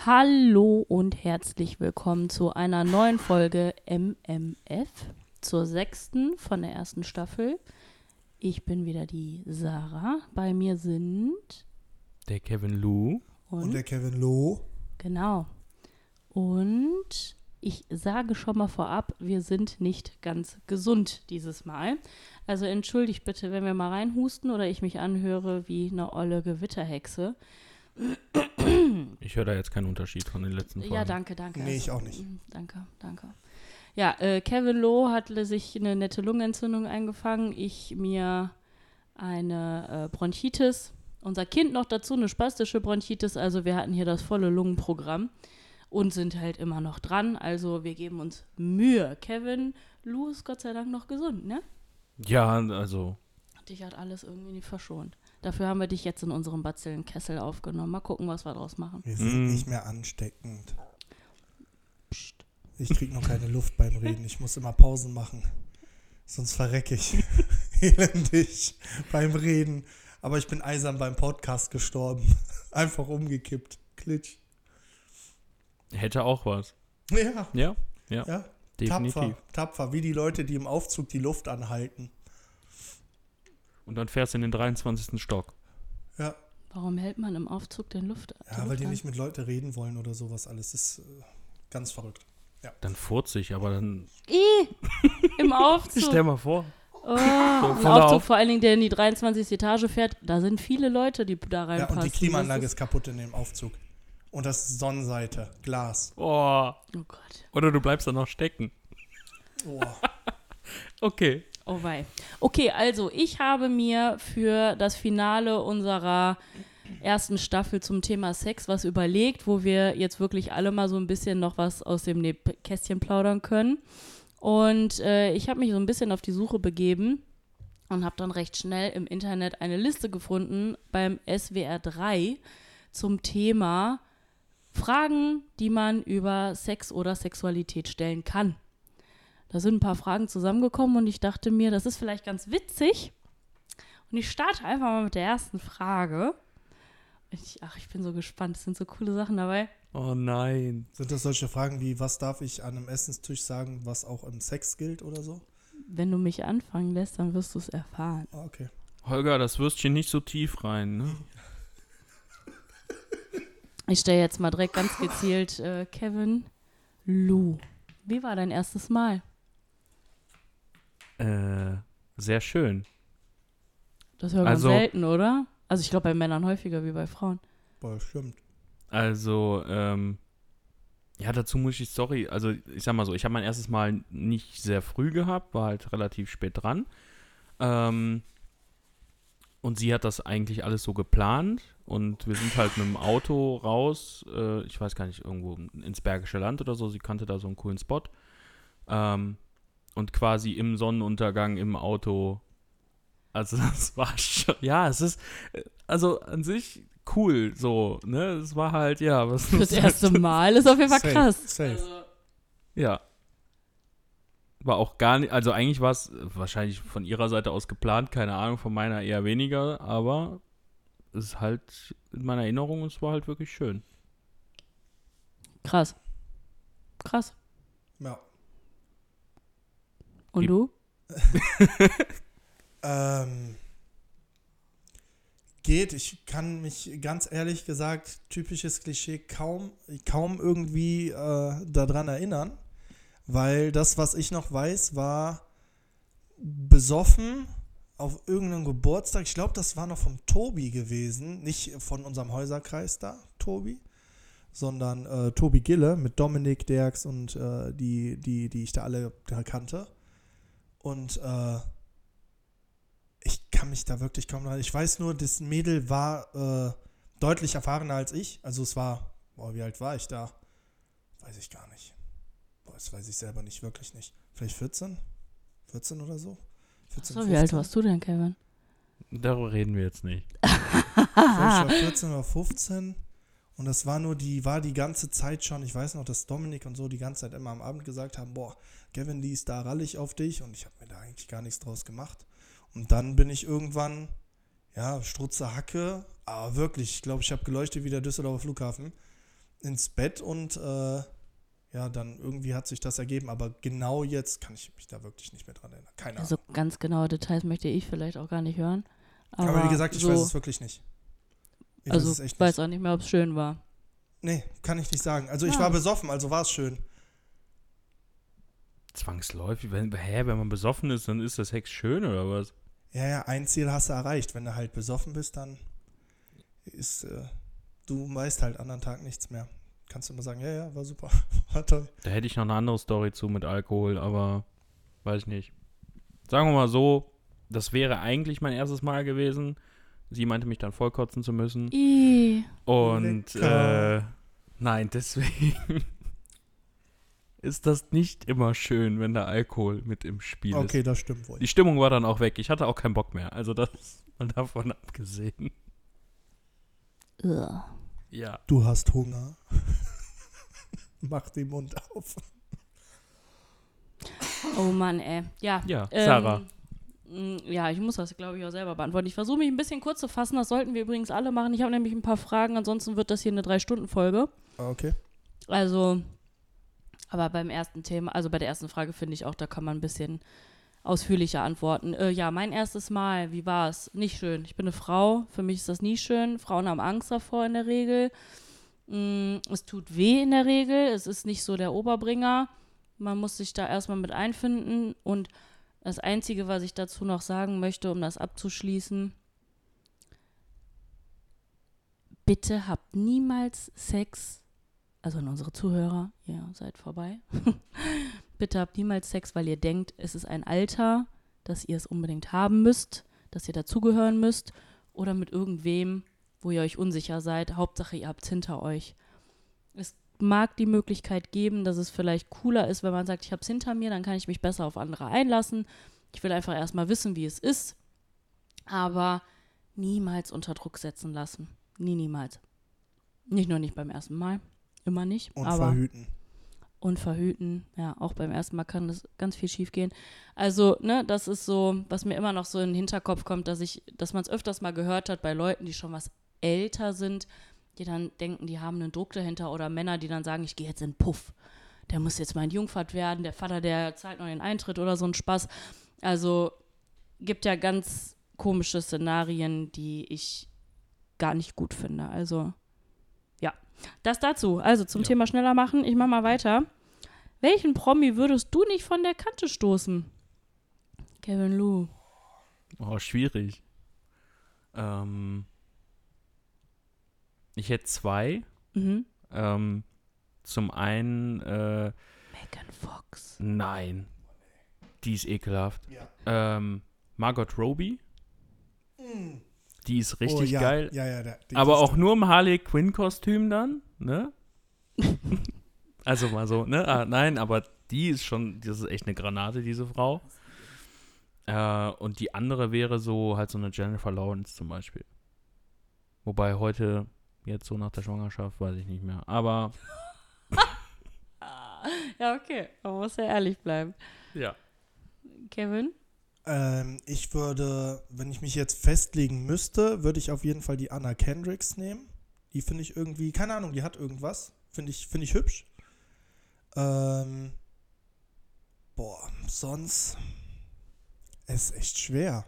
Hallo und herzlich willkommen zu einer neuen Folge MMF, zur 6. von der 1. Staffel. Ich bin wieder die Sarah. Bei mir sind der Kevin Lou und der Kevin Loh. Genau. Und ich sage schon mal vorab, wir sind nicht ganz gesund dieses Mal. Also entschuldigt bitte, wenn wir mal reinhusten oder ich mich anhöre wie eine olle Gewitterhexe. Ich höre da jetzt keinen Unterschied von den letzten Folgen. Ja, danke. Nee, ich auch nicht. Danke. Ja, Kevin Loh hat sich eine nette Lungenentzündung eingefangen. Ich mir eine Bronchitis. Unser Kind noch dazu eine spastische Bronchitis. Also wir hatten hier das volle Lungenprogramm und sind halt immer noch dran. Also wir geben uns Mühe. Kevin Loh ist Gott sei Dank noch gesund, ne? Ja, also. Dich hat alles irgendwie nicht verschont. Dafür haben wir dich jetzt in unserem Bazillenkessel aufgenommen. Mal gucken, was wir draus machen. Wir sind nicht mehr ansteckend. Psst. Ich krieg noch keine Luft beim Reden. Ich muss immer Pausen machen. Sonst verrecke ich elendig beim Reden. Aber ich bin eisern beim Podcast gestorben. Einfach umgekippt. Klitsch. Hätte auch was. Ja. Ja. Definitiv. Tapfer. Wie die Leute, die im Aufzug die Luft anhalten. Und dann fährst du in den 23. Stock. Ja. Warum hält man im Aufzug den Luft an? Ja, weil die nicht mit Leuten reden wollen oder sowas alles. Das ist ganz verrückt. Ja. Dann furze ich, aber dann. Im Aufzug. Stell mal vor. Oh, ein Aufzug vor allen Dingen, der in die 23. Etage fährt. Da sind viele Leute, die da reinpassen. Ja, und die Klimaanlage ist kaputt in dem Aufzug. Und das ist Sonnenseite, Glas. Oh Gott. Oder du bleibst da noch stecken. Oh. Okay. Oh wei. Okay, also ich habe mir für das Finale unserer 1. Staffel zum Thema Sex was überlegt, wo wir jetzt wirklich alle mal so ein bisschen noch was aus dem Kästchen plaudern können. Und ich habe mich so ein bisschen auf die Suche begeben und habe dann recht schnell im Internet eine Liste gefunden beim SWR 3 zum Thema Fragen, die man über Sex oder Sexualität stellen kann. Da sind ein paar Fragen zusammengekommen und ich dachte mir, das ist vielleicht ganz witzig. Und ich starte einfach mal mit der ersten Frage. Ich bin so gespannt, es sind so coole Sachen dabei. Oh nein. Sind das solche Fragen wie, was darf ich an einem Essenstisch sagen, was auch im Sex gilt oder so? Wenn du mich anfangen lässt, dann wirst du es erfahren. Ah, okay. Holger, das Würstchen nicht so tief rein, ne? Ich stelle jetzt mal direkt ganz gezielt Kevin Lou. Wie war dein erstes Mal? Sehr schön. Das hört man selten, oder? Also ich glaube bei Männern häufiger wie bei Frauen. Boah, stimmt. Also, ja, dazu muss ich, sorry, also ich sag mal so, ich habe mein erstes Mal nicht sehr früh gehabt, war halt relativ spät dran. Und sie hat das eigentlich alles so geplant und wir sind halt mit dem Auto raus, ich weiß gar nicht, irgendwo ins Bergische Land oder so, sie kannte da so einen coolen Spot. Und quasi im Sonnenuntergang im Auto, also das war schon, ja, es ist, also an sich cool, so, ne, es war halt, ja, was. Das erste Mal ist auf jeden Fall krass. Safe. Also, ja. War auch gar nicht, also eigentlich war es wahrscheinlich von ihrer Seite aus geplant, keine Ahnung, von meiner eher weniger, aber es ist halt in meiner Erinnerung, es war halt wirklich schön. krass. Ja. Und du? Geht. Ich kann mich ganz ehrlich gesagt, typisches Klischee, kaum irgendwie daran erinnern, weil das, was ich noch weiß, war besoffen auf irgendeinem Geburtstag. Ich glaube, das war noch vom Tobi gewesen, nicht von unserem Häuserkreis da, Tobi, sondern Tobi Gille mit Dominik, Derks und die ich da alle kannte. Und ich kann mich da wirklich kaum erinnern. Ich weiß nur, das Mädel war deutlich erfahrener als ich. Also es war, wie alt war ich da? Weiß ich gar nicht. Das weiß ich selber nicht, wirklich nicht. Vielleicht 14? 14 oder so? 14, So, wie alt warst du denn, Kevin? Darüber reden wir jetzt nicht. Ich war 14 oder 15 und das war nur, die ganze Zeit schon, ich weiß noch, dass Dominik und so die ganze Zeit immer am Abend gesagt haben, boah, Kevin, die ist da rallig auf dich und ich habe mir da eigentlich gar nichts draus gemacht. Und dann bin ich irgendwann, ja, Strutze Hacke, aber wirklich, ich glaube, ich habe geleuchtet wie der Düsseldorfer Flughafen. ins Bett und ja, dann irgendwie hat sich das ergeben. Aber genau jetzt kann ich mich da wirklich nicht mehr dran erinnern. Keine Ahnung. Also ganz genaue Details möchte ich vielleicht auch gar nicht hören. Aber wie gesagt, ich so, weiß es wirklich nicht. Ich weiß es echt weiß auch nicht mehr, ob es schön war. Nee, kann ich nicht sagen. Also ich war besoffen, also war es schön. Zwangsläufig? Wenn man besoffen ist, dann ist das Sex schön oder was? Ja, ein Ziel hast du erreicht. Wenn du halt besoffen bist, dann ist, du weißt halt anderen Tag nichts mehr. Kannst du immer sagen, ja, war super, war toll. Da hätte ich noch eine andere Story zu mit Alkohol, aber weiß ich nicht. Sagen wir mal so, das wäre eigentlich mein erstes Mal gewesen. Sie meinte mich dann vollkotzen zu müssen. Und nein, deswegen ist das nicht immer schön, wenn da Alkohol mit im Spiel ist. Okay, das stimmt wohl. Die Stimmung war dann auch weg. Ich hatte auch keinen Bock mehr. Also das mal davon abgesehen. Ja. Du hast Hunger. Mach den Mund auf. Oh Mann, ey. Ja, Sarah. Ja, ich muss das, glaube ich, auch selber beantworten. Ich versuche mich ein bisschen kurz zu fassen. Das sollten wir übrigens alle machen. Ich habe nämlich ein paar Fragen. Ansonsten wird das hier eine 3-Stunden-Folge. Okay. Also, aber beim ersten Thema, also bei der ersten Frage finde ich auch, da kann man ein bisschen ausführlicher antworten. Ja, mein erstes Mal, wie war es? Nicht schön. Ich bin eine Frau. Für mich ist das nie schön. Frauen haben Angst davor in der Regel. Es tut weh in der Regel. Es ist nicht so der Oberbringer. Man muss sich da erstmal mit einfinden. Und das Einzige, was ich dazu noch sagen möchte, um das abzuschließen: Bitte habt niemals Sex, also an unsere Zuhörer, ihr seid vorbei. Bitte habt niemals Sex, weil ihr denkt, es ist ein Alter, dass ihr es unbedingt haben müsst, dass ihr dazugehören müsst, oder mit irgendwem, wo ihr euch unsicher seid. Hauptsache, ihr habt es hinter euch. Es mag die Möglichkeit geben, dass es vielleicht cooler ist, wenn man sagt, ich habe es hinter mir, dann kann ich mich besser auf andere einlassen. Ich will einfach erstmal wissen, wie es ist. Aber niemals unter Druck setzen lassen. Niemals. Nicht nur nicht beim ersten Mal. Immer nicht. Und aber verhüten. Und verhüten. Ja, auch beim ersten Mal kann das ganz viel schief gehen. Also, ne, das ist so, was mir immer noch so in den Hinterkopf kommt, dass man es öfters mal gehört hat bei Leuten, die schon was älter sind, die dann denken, die haben einen Druck dahinter, oder Männer, die dann sagen, ich gehe jetzt in den Puff. Der muss jetzt mal Jungfahrt werden, der Vater, der zahlt noch den Eintritt oder so ein Spaß. Also, gibt ja ganz komische Szenarien, die ich gar nicht gut finde. Also, ja. Das dazu. Also, zum Thema schneller machen. Ich mach mal weiter. Welchen Promi würdest du nicht von der Kante stoßen? Kevin Lou. Oh, schwierig. Ich hätte zwei. Mhm. Zum einen Megan Fox. Nein. Die ist ekelhaft. Ja. Margot Robbie. Die ist richtig ja. geil. Ja, aber auch nur im Harley Quinn-Kostüm dann, ne? Also mal so, ne? Nein, aber das ist echt eine Granate, diese Frau. Und die andere wäre so halt so eine Jennifer Lawrence zum Beispiel. Wobei heute, jetzt so nach der Schwangerschaft, weiß ich nicht mehr. Aber Ja, okay. Man muss ja ehrlich bleiben. ja. Kevin? Ich würde, wenn ich mich jetzt festlegen müsste, würde ich auf jeden Fall die Anna Kendricks nehmen. Die finde ich irgendwie, keine Ahnung, die hat irgendwas. Finde ich hübsch. Sonst es ist echt schwer.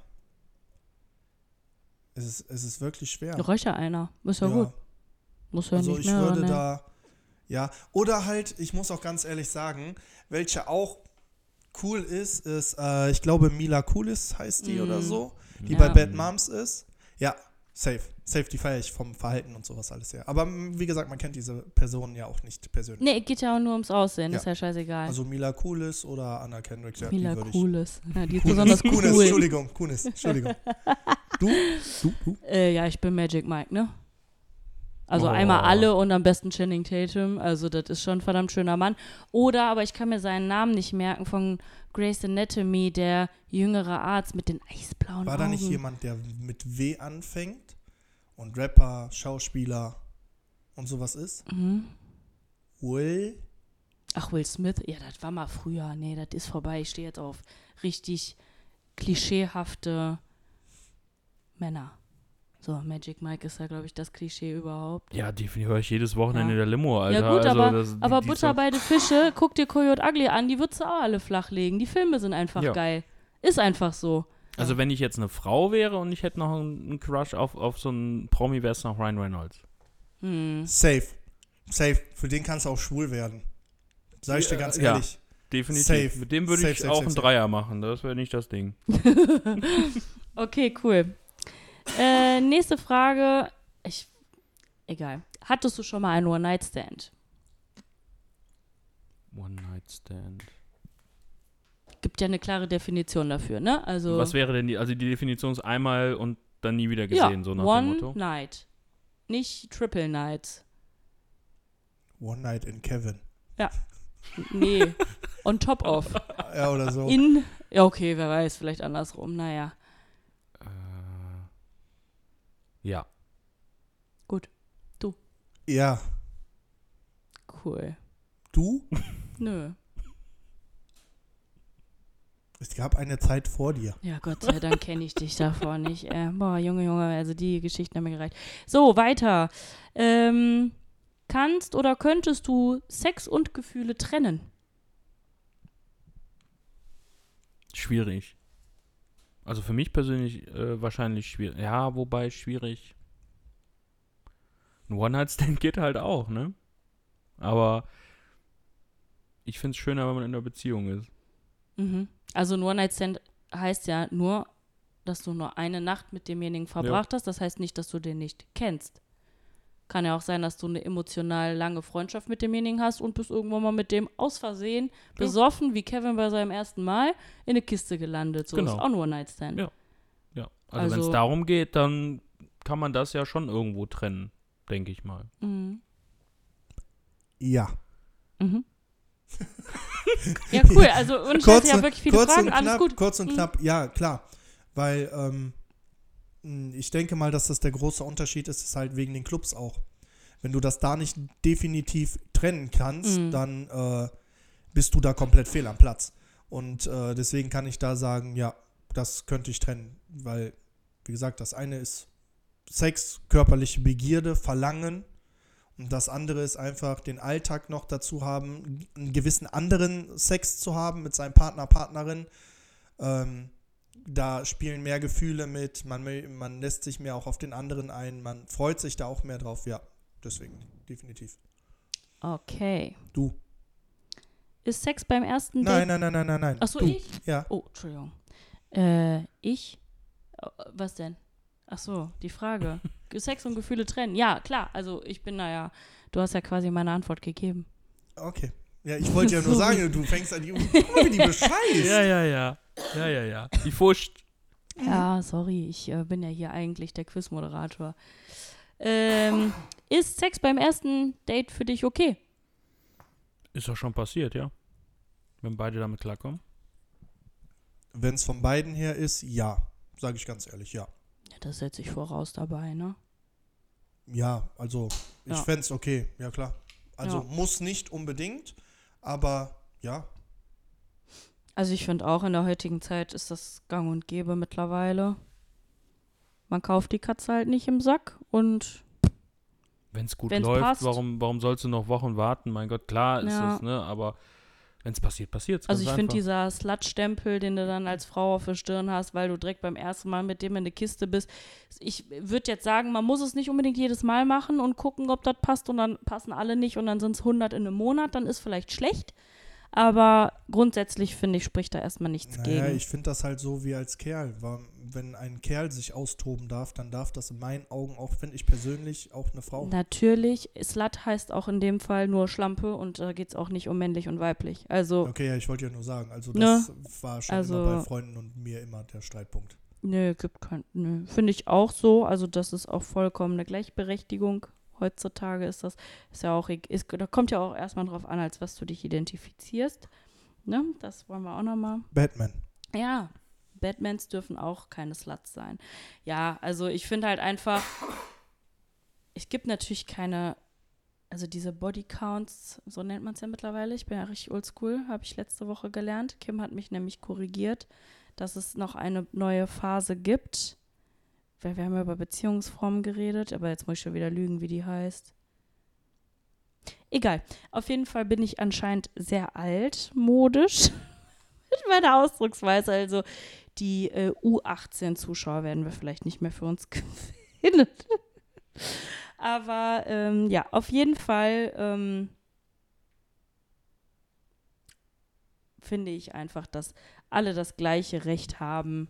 Es ist wirklich schwer. Räucher einer. Ist ja gut. Muss ja Also nicht ich mehr. würde ne? da, ja, oder halt, ich muss auch ganz ehrlich sagen, welche auch cool ist, ich glaube Mila Kunis heißt die oder so, die Ja. bei Bad Moms ist. Ja, safe, die feiere ich vom Verhalten und sowas alles her. Aber wie gesagt, man kennt diese Personen ja auch nicht persönlich. Nee, geht ja auch nur ums Aussehen. Ja. Ist ja scheißegal. Also Mila Kunis oder Anna Kendricks. Ja, Mila die würde ich. Kunis. Ja, die ist besonders cool. Kunis, Entschuldigung. Du? Ja, ich bin Magic Mike, ne? Also Oh. einmal alle und am besten Channing Tatum. Also das ist schon ein verdammt schöner Mann. Oder, aber ich kann mir seinen Namen nicht merken, von Grey's Anatomy, der jüngere Arzt mit den eisblauen War Augen. da nicht jemand, der mit W anfängt und Rapper, Schauspieler und sowas ist? Will? Ach, Will Smith? Ja, das war mal früher. Nee, das ist vorbei. Ich stehe jetzt auf richtig klischeehafte Männer. So, Magic Mike ist ja, glaube ich, das Klischee überhaupt. Ja, die höre ich jedes Wochenende Ja. in der Limo, Alter. Ja gut, also, aber die Butter bei den Fische, guck dir Coyote Ugly an, die würdest du auch alle flachlegen. Die Filme sind einfach geil. Ist einfach so. Also wenn ich jetzt eine Frau wäre und ich hätte noch einen Crush auf so einen Promi, wäre es noch Ryan Reynolds. Safe. Für den kannst du auch schwul werden. Sag ich dir ganz ehrlich. Definitiv. Safe. Mit dem würde ich auch einen Dreier machen. Das wäre nicht das Ding. Okay, cool. Nächste Frage. Egal. Hattest du schon mal einen One-Night-Stand? One-Night-Stand. Gibt ja eine klare Definition dafür, ne? Also Was wäre denn die Definition ist einmal und dann nie wieder gesehen, so nach dem Motto? One Night. Nicht Triple Nights. One Night in Kevin. Ja. Nee. On top of. Ja, oder so. Ja, okay, wer weiß, vielleicht andersrum. Naja. Ja. Gut. Du. Ja. Cool. Du? Nö. Es gab eine Zeit vor dir. Ja, Gott sei Dank kenne ich dich davor nicht. Boah, Junge, also die Geschichten haben mir gereicht. So, weiter. Kannst oder könntest du Sex und Gefühle trennen? Schwierig. Also für mich persönlich wahrscheinlich schwierig. Ja, wobei schwierig. Ein One-Night-Stand geht halt auch, ne? Aber ich finde es schöner, wenn man in einer Beziehung ist. Mhm. Also ein One-Night-Stand heißt ja nur, dass du nur eine Nacht mit demjenigen verbracht hast. Das heißt nicht, dass du den nicht kennst. Kann ja auch sein, dass du eine emotional lange Freundschaft mit demjenigen hast und bist irgendwann mal mit dem aus Versehen besoffen, wie Kevin bei seinem ersten Mal, in eine Kiste gelandet. So ist auch ein One-Night-Stand. Ja. Also wenn es darum geht, dann kann man das ja schon irgendwo trennen, denke ich mal. Mhm. Ja. Mhm. Ja, cool. Also und ich hatte ja wirklich viele Fragen. Alles gut. Kurz und knapp, ja, klar. Weil ich denke mal, dass das der große Unterschied ist halt wegen den Clubs auch. Wenn du das da nicht definitiv trennen kannst, dann bist du da komplett fehl am Platz. Und deswegen kann ich da sagen, ja, das könnte ich trennen. Weil, wie gesagt, das eine ist Sex, körperliche Begierde, Verlangen. Und das andere ist einfach den Alltag noch dazu haben, einen gewissen anderen Sex zu haben mit seinem Partner, Partnerin. Da spielen mehr Gefühle mit, man lässt sich mehr auch auf den anderen ein, man freut sich da auch mehr drauf, ja, deswegen, definitiv. Okay. Du? Ist Sex beim ersten Date? Nein. Achso, du. ich? Ja. Oh, Entschuldigung. Ich? Was denn? Achso, die Frage. Sex und Gefühle trennen. Ja, klar, also ich bin du hast ja quasi meine Antwort gegeben. Okay. Ja, ich wollte ja nur sagen, du fängst an, guck mal, wie die bescheißt. Ja. Die Furcht. Ja, sorry, ich bin ja hier eigentlich der Quizmoderator. Ist Sex beim ersten Date für dich okay? Ist doch schon passiert, ja. Wenn beide damit klarkommen. Wenn es von beiden her ist, ja. Sage ich ganz ehrlich, ja. Ja, das setze ich voraus dabei, ne? Ja, also ich fände es okay, ja klar. Also muss nicht unbedingt, aber ja. Also ich finde auch, in der heutigen Zeit ist das gang und gäbe mittlerweile. Man kauft die Katze halt nicht im Sack und wenn es gut läuft, passt, warum sollst du noch Wochen warten? Mein Gott, klar ist es, ne? Aber wenn es passiert, passiert es. Also ich finde dieser Slut-Stempel, den du dann als Frau auf der Stirn hast, weil du direkt beim ersten Mal mit dem in der Kiste bist. Ich würde jetzt sagen, man muss es nicht unbedingt jedes Mal machen und gucken, ob das passt und dann passen alle nicht und dann sind es 100 in einem Monat, dann ist vielleicht schlecht. Aber grundsätzlich, finde ich, spricht da erstmal nichts gegen. Ja, ich finde das halt so wie als Kerl. Wenn ein Kerl sich austoben darf, dann darf das in meinen Augen auch, finde ich persönlich, auch eine Frau. Natürlich, Slut heißt auch in dem Fall nur Schlampe und da geht es auch nicht um männlich und weiblich. Also, okay, ja, ich wollte ja nur sagen, also das war schon also, immer bei Freunden und mir immer der Streitpunkt. Finde ich auch so. Also das ist auch vollkommen eine Gleichberechtigung. Heutzutage ist ja auch, da kommt ja auch erstmal drauf an, als was du dich identifizierst. Ne? Das wollen wir auch nochmal. Batman. Ja, Batmans dürfen auch keine Sluts sein. Ja, also ich finde halt einfach, es gibt natürlich keine, also diese Bodycounts, so nennt man es ja mittlerweile. Ich bin ja richtig oldschool, habe ich letzte Woche gelernt. Kim hat mich nämlich korrigiert, dass es noch eine neue Phase gibt, weil wir haben ja über Beziehungsformen geredet, aber jetzt muss ich schon wieder lügen, wie die heißt. Egal. Auf jeden Fall bin ich anscheinend sehr altmodisch mit meiner Ausdrucksweise. Also die U18-Zuschauer werden wir vielleicht nicht mehr für uns gewinnen. Aber ja, auf jeden Fall finde ich einfach, dass alle das gleiche Recht haben,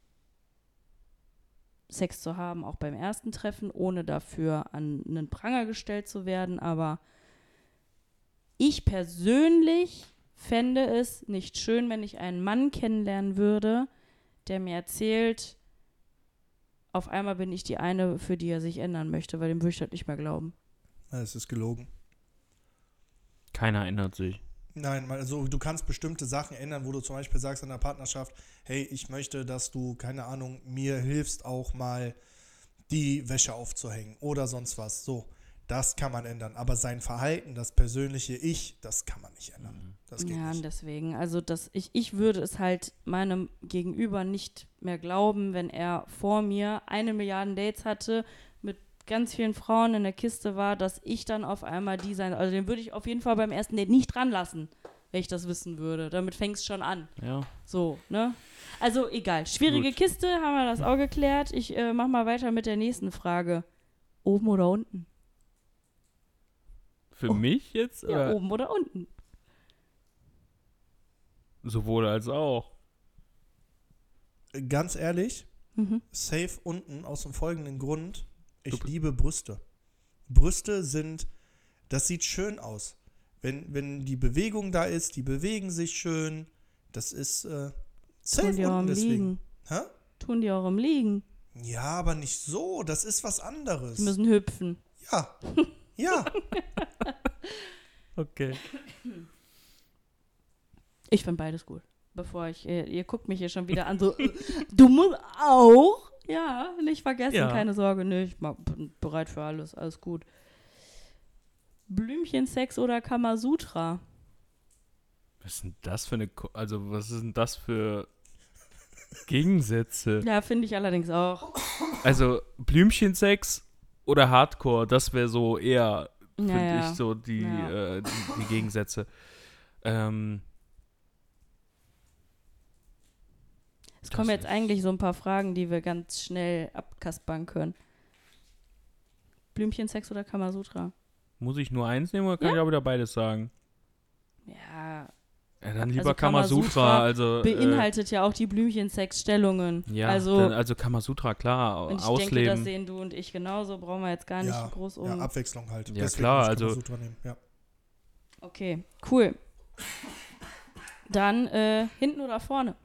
Sex zu haben, auch beim ersten Treffen, ohne dafür an einen Pranger gestellt zu werden. Aber ich persönlich fände es nicht schön, wenn ich einen Mann kennenlernen würde, der mir erzählt, auf einmal bin ich die eine, für die er sich ändern möchte, weil dem würde ich das nicht mehr glauben. Es ist gelogen. Keiner ändert sich. Nein, also du kannst bestimmte Sachen ändern, wo du zum Beispiel sagst in der Partnerschaft, hey, ich möchte, dass du, keine Ahnung, mir hilfst auch mal die Wäsche aufzuhängen oder sonst was. So, das kann man ändern. Aber sein Verhalten, das persönliche Ich, das kann man nicht ändern. Das geht Ja, nicht. deswegen, also ich würde es halt meinem Gegenüber nicht mehr glauben, wenn er vor mir 1 Milliarde Dates hatte, mit ganz vielen Frauen in der Kiste war, dass ich dann auf einmal die sein, also den würde ich auf jeden Fall beim ersten Date nicht dran lassen, wenn ich das wissen würde. Damit fängt es schon an. Ja. So, ne? Also egal, schwierige Gut. Kiste, haben wir das auch geklärt. Ich mach mal weiter mit der nächsten Frage. Oben oder unten? Für mich jetzt? Ja, Oder oben oder unten. sowohl als auch. Ganz ehrlich, Mhm. safe unten aus dem folgenden Grund. Ich Du- liebe Brüste. Brüste sind, das sieht schön aus. Wenn die Bewegung da ist, die bewegen sich schön. Das ist Tun safe die auch unten im deswegen. Liegen. Hä? Tun die auch im Liegen. Ja, aber nicht so. Das ist was anderes. Die müssen hüpfen. Ja. Ja. Okay. Ich finde beides gut. Bevor ich, ihr guckt mich hier schon wieder an, so, du musst auch. Ja, nicht vergessen, Ja. keine Sorge, ne, ich bin bereit für alles gut. Blümchensex oder Kamasutra? Was ist denn das für was ist denn das für Gegensätze? Ja, finde ich allerdings auch. Also Blümchensex oder Hardcore, das wäre so eher, Ja, finde ja. ich, so die Gegensätze. Es kommen jetzt eigentlich so ein paar Fragen, die wir ganz schnell abkaspern können. Blümchensex oder Kamasutra? Muss ich nur eins nehmen oder kann Ja. ich auch wieder beides sagen? Ja, Ja, dann lieber Also Kamasutra. Also, beinhaltet ja auch die Blümchensex-Stellungen. ja, also, also Kamasutra, klar, und ich denke, das ausleben. sehen du und ich genauso. Brauchen wir jetzt gar nicht Ja, groß ja, Abwechslung halt. Ja, Deswegen klar, muss ich also- Kamasutra nehmen. Ja. Okay, cool. Dann hinten oder vorne?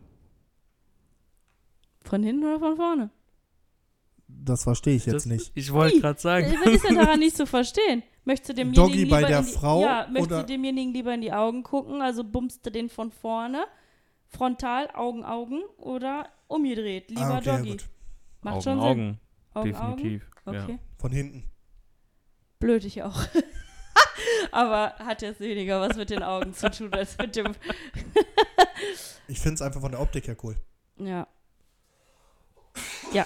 Von hinten oder von vorne? Das verstehe ich jetzt nicht. Ich wollte gerade sagen. Was ist denn daran nicht zu verstehen? Möchtest du demjenigen Doggy bei lieber der in die, Frau Ja, möchtest oder- du demjenigen lieber in die Augen gucken? Also bummst du den von vorne, frontal, Augen, oder umgedreht? Lieber Okay, Doggy. gut. Macht Augen, schon Sinn. Augen, Augen, definitiv. Okay. Ja. Von hinten. Blöd, ich auch. Aber hat jetzt weniger was mit den Augen zu tun als mit dem. Ich finde es einfach von der Optik her cool. Ja. Ja.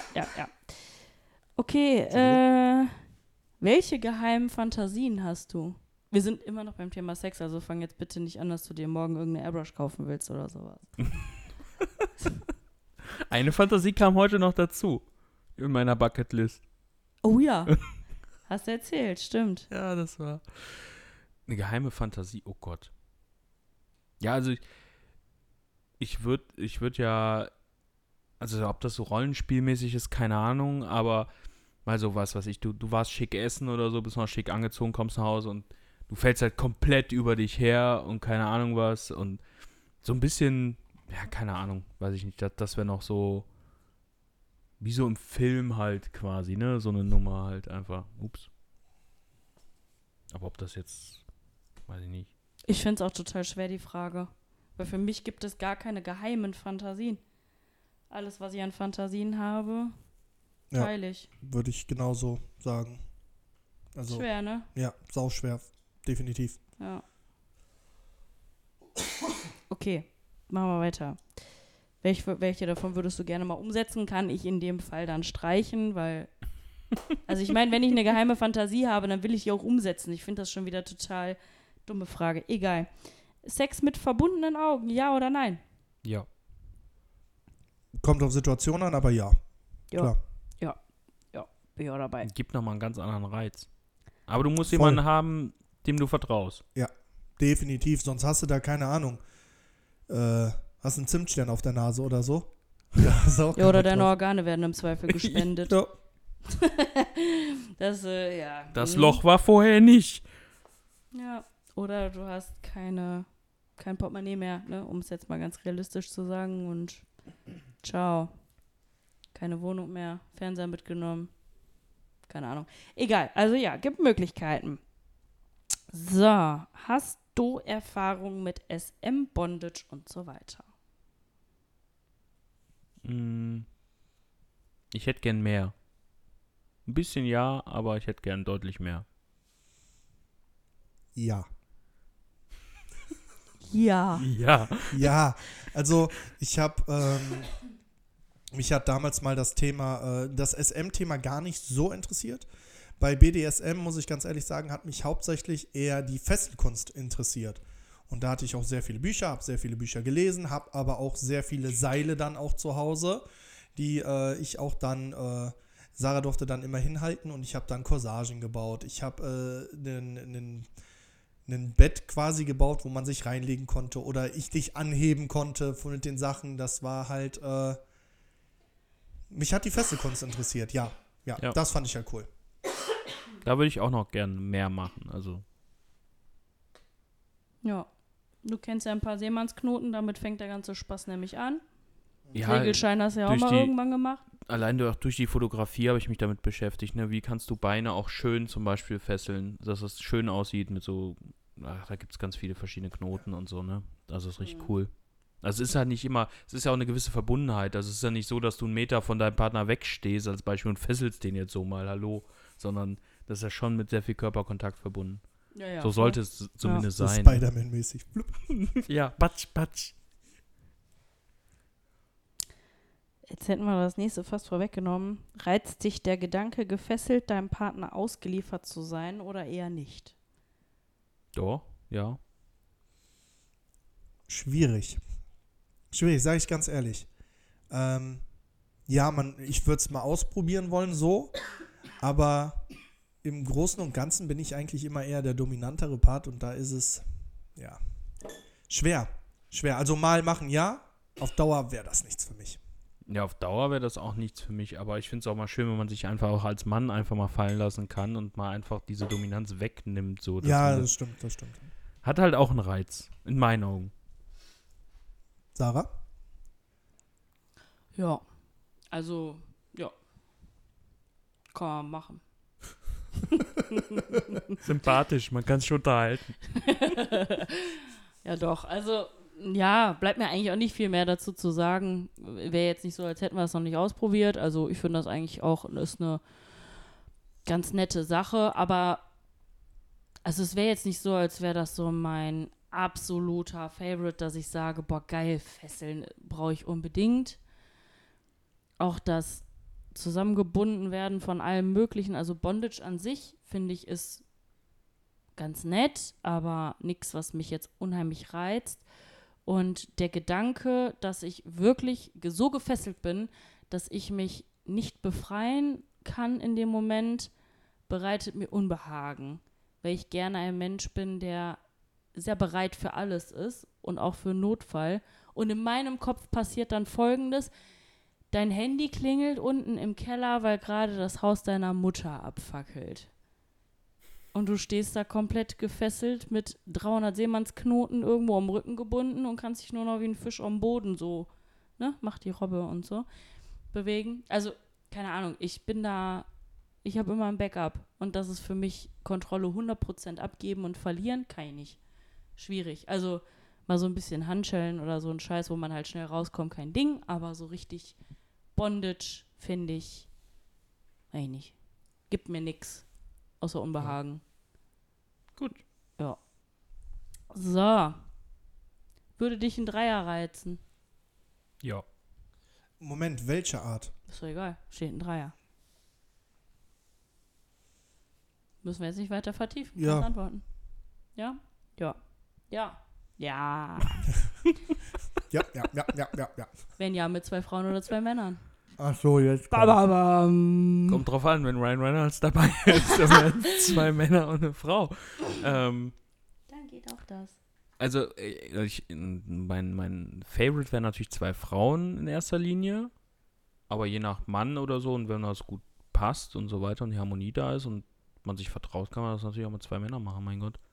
Okay, welche geheimen Fantasien hast du? Wir sind immer noch beim Thema Sex, also fang jetzt bitte nicht an, dass du dir morgen irgendeine Airbrush kaufen willst oder sowas. Eine Fantasie kam heute noch dazu. In meiner Bucketlist. Oh ja. Hast du erzählt, stimmt. Ja, das war eine geheime Fantasie. Oh Gott. Ja, also ich würde ja, also ob das so rollenspielmäßig ist, keine Ahnung, aber mal so was ich, du warst schick essen oder so, bist noch schick angezogen, kommst nach Hause und du fällst halt komplett über dich her und keine Ahnung was und so ein bisschen, ja, keine Ahnung, weiß ich nicht, das wäre noch so wie so im Film halt quasi, ne, so eine Nummer halt einfach, ups. Aber ob das jetzt, weiß ich nicht. Ich finde es auch total schwer, die Frage. Weil für mich gibt es gar keine geheimen Fantasien. Alles, was ich an Fantasien habe, Ja. teile ich. Würde ich genauso sagen. Also, Schwer, ne? ja, sauschwer. Definitiv. Ja. Okay, machen wir weiter. Welche davon würdest du gerne mal umsetzen? Kann ich in dem Fall dann streichen, weil also ich meine, wenn ich eine geheime Fantasie habe, dann will ich die auch umsetzen. Ich finde das schon wieder total dumme Frage. Egal. Sex mit verbundenen Augen, ja oder nein? Ja. Kommt auf Situation an, aber ja. Ja. Klar. Bin ich auch dabei. Gibt nochmal einen ganz anderen Reiz. Aber du musst Voll. jemanden haben, dem du vertraust. Definitiv, sonst hast du da keine Ahnung. Hast einen Zimtstern auf der Nase oder so. Ja, hast du auch Ja, keinen oder Bock deine drauf. Organe werden im Zweifel gespendet. Ja. Das, ja. Das Loch war vorher nicht. Ja, oder du hast kein Portemonnaie mehr, ne, um es jetzt mal ganz realistisch zu sagen und ciao. Keine Wohnung mehr, Fernseher mitgenommen. Keine Ahnung. Egal, also ja, gibt Möglichkeiten. So, hast du Erfahrung mit SM, Bondage und so weiter? Ich hätte gern mehr. Ein bisschen ja, aber ich hätte gern deutlich mehr. Ja. Ja. Ja. Ja, also ich habe, mich hat damals mal das Thema, das SM-Thema gar nicht so interessiert. Bei BDSM, muss ich ganz ehrlich sagen, hat mich hauptsächlich eher die Fesselkunst interessiert. Und da hatte ich auch sehr viele Bücher, habe sehr viele Bücher gelesen, habe aber auch sehr viele Seile dann auch zu Hause, die ich auch dann, Sarah durfte dann immer hinhalten und ich habe dann Corsagen gebaut. Ich habe ein Bett quasi gebaut, wo man sich reinlegen konnte oder ich dich anheben konnte mit den Sachen. Das war halt, mich hat die Fesselkunst interessiert, ja. Ja, das fand ich halt cool. Da würde ich auch noch gern mehr machen. Also. Ja. Du kennst ja ein paar Seemannsknoten, damit fängt der ganze Spaß nämlich an. Ja, Regelschein hast du ja auch durch mal die- irgendwann gemacht. allein durch die Fotografie habe ich mich damit beschäftigt. Ne? Wie kannst du Beine auch schön zum Beispiel fesseln, dass es schön aussieht mit so, da gibt es ganz viele verschiedene Knoten und so, ne? Also ist richtig cool. Also es ist halt nicht immer, es ist ja auch eine gewisse Verbundenheit. Also es ist ja nicht so, dass du einen Meter von deinem Partner wegstehst als Beispiel und fesselst den jetzt so mal, hallo, sondern das ist ja schon mit sehr viel Körperkontakt verbunden. Ja, ja, So sollte es zumindest So sein. Spider-Man-mäßig. Blub. Ja, patsch, patsch. Jetzt hätten wir das nächste fast vorweggenommen. Reizt dich der Gedanke, gefesselt deinem Partner ausgeliefert zu sein oder eher nicht? Doch, ja. Schwierig, sage ich ganz ehrlich. Ja, ich würde es mal ausprobieren wollen, so, aber im Großen und Ganzen bin ich eigentlich immer eher der dominantere Part und da ist es, ja, schwer. Also mal machen, ja, auf Dauer wäre das nichts für mich. Ja, auf Dauer wäre das auch nichts für mich, aber ich finde es auch mal schön, wenn man sich einfach auch als Mann einfach mal fallen lassen kann und mal einfach diese Dominanz wegnimmt. So, Ja, das stimmt. Hat halt auch einen Reiz, in meinen Augen. Sarah? Ja. Also, ja. Kann man machen. Sympathisch, man kann es schon unterhalten. Ja, doch. Also, ja, bleibt mir eigentlich auch nicht viel mehr dazu zu sagen. Wäre jetzt nicht so, als hätten wir es noch nicht ausprobiert. Also, ich finde das eigentlich auch, ist eine ganz nette Sache. Aber, also, es wäre jetzt nicht so, als wäre das so mein absoluter Favorite, dass ich sage, boah, geil, Fesseln brauche ich unbedingt. Auch das zusammengebunden werden von allem Möglichen. Also, Bondage an sich, finde ich, ist ganz nett, aber nichts, was mich jetzt unheimlich reizt. Und der Gedanke, dass ich wirklich so gefesselt bin, dass ich mich nicht befreien kann in dem Moment, bereitet mir Unbehagen. Weil ich gerne ein Mensch bin, der sehr bereit für alles ist und auch für Notfall. Und in meinem Kopf passiert dann Folgendes: Dein Handy klingelt unten im Keller, weil gerade das Haus deiner Mutter abfackelt. Und du stehst da komplett gefesselt mit 300 Seemannsknoten irgendwo am Rücken gebunden und kannst dich nur noch wie ein Fisch am Boden so, ne, macht die Robbe und so, bewegen. Also, keine Ahnung, ich habe immer ein Backup. Und das ist für mich Kontrolle 100% abgeben und verlieren, kann ich nicht. Schwierig. Also, mal so ein bisschen Handschellen oder so ein Scheiß, wo man halt schnell rauskommt, kein Ding. Aber so richtig Bondage, finde ich, weiß ich nicht. Gibt mir nix. Außer Unbehagen. Gut. Ja. So. Würde dich ein Dreier reizen? Ja. Moment, welche Art? Ist doch egal. Steht ein Dreier. Müssen wir jetzt nicht weiter vertiefen. Ja. Kannst antworten. Ja? Ja. Ja. Ja. Ja. Wenn ja, mit 2 Frauen oder 2 Männern. Ach so, jetzt Kommt drauf an, wenn Ryan Reynolds dabei ist, dann wären es 2 Männer und eine Frau. Dann geht auch das. Also, mein Favorite wären natürlich 2 Frauen in erster Linie, aber je nach Mann oder so und wenn das gut passt und so weiter und die Harmonie da ist und man sich vertraut, kann man das natürlich auch mit 2 Männern machen, mein Gott.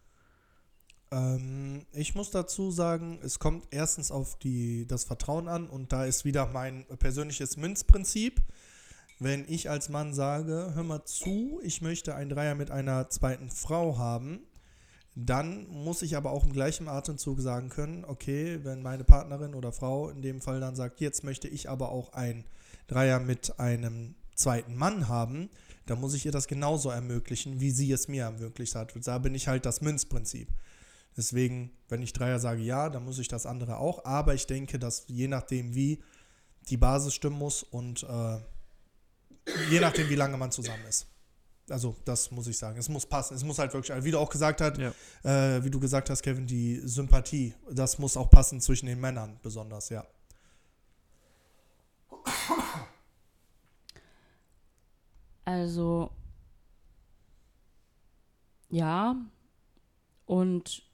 Ich muss dazu sagen, es kommt erstens auf das Vertrauen an und da ist wieder mein persönliches Münzprinzip. Wenn ich als Mann sage, hör mal zu, ich möchte einen Dreier mit einer zweiten Frau haben, dann muss ich aber auch im gleichen Atemzug sagen können, okay, wenn meine Partnerin oder Frau in dem Fall dann sagt, jetzt möchte ich aber auch einen Dreier mit einem zweiten Mann haben, dann muss ich ihr das genauso ermöglichen, wie sie es mir ermöglicht hat. Da bin ich halt das Münzprinzip. Deswegen, wenn ich Dreier sage, ja, dann muss ich das andere auch. Aber ich denke, dass je nachdem, wie die Basis stimmen muss und je nachdem, wie lange man zusammen ist. Also, das muss ich sagen. Es muss passen. Es muss halt wirklich, wie du auch gesagt hast, wie du gesagt hast, Kevin, die Sympathie, das muss auch passen zwischen den Männern besonders, ja. Also, ja, und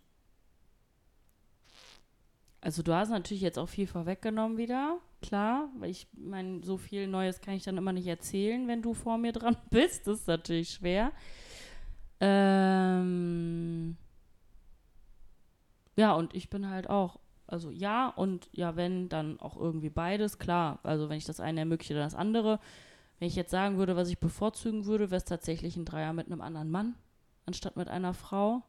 also du hast natürlich jetzt auch viel vorweggenommen wieder, klar, weil ich meine, so viel Neues kann ich dann immer nicht erzählen, wenn du vor mir dran bist, das ist natürlich schwer. Ja, und ich bin halt auch, also ja und ja, wenn, dann auch irgendwie beides, klar, also wenn ich das eine ermögliche, dann das andere. Wenn ich jetzt sagen würde, was ich bevorzugen würde, wäre es tatsächlich ein Dreier mit einem anderen Mann, anstatt mit einer Frau.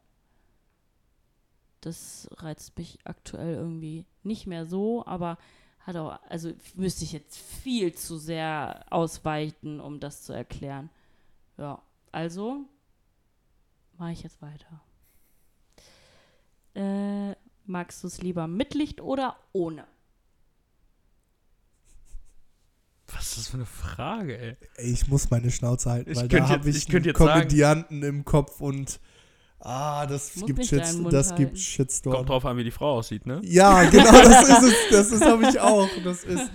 Das reizt mich aktuell irgendwie nicht mehr so, aber hat auch, also müsste ich jetzt viel zu sehr ausweiten, um das zu erklären. Ja, also mache ich jetzt weiter. Magst du es lieber mit Licht oder ohne? Was ist das für eine Frage, ey? Ich muss meine Schnauze halten, weil da habe ich einen Komödianten im Kopf und das gibt Shitstorm. Kommt drauf an, wie die Frau aussieht, ne? Ja, genau, das ist es. Das habe ich auch. Das ist.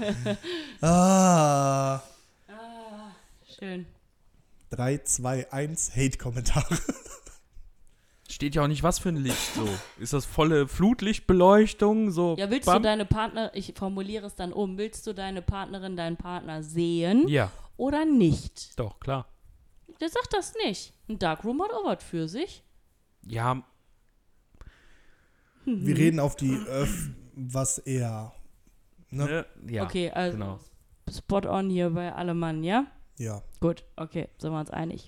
Schön. 3, 2, 1, Hate-Kommentare. Steht ja auch nicht, was für ein Licht so. Ist das volle Flutlichtbeleuchtung? So, ja, willst du deine Partner, ich formuliere es dann um, willst du deine Partnerin, deinen Partner sehen? Ja. Oder nicht? Doch, klar. Der sagt das nicht. Ein Darkroom hat auch was für sich. Ja. Wir reden auf die was eher. Ne? Ja. Okay, also genau. Spot on hier bei Allemann, ja? Ja. Gut, okay, sind wir uns einig.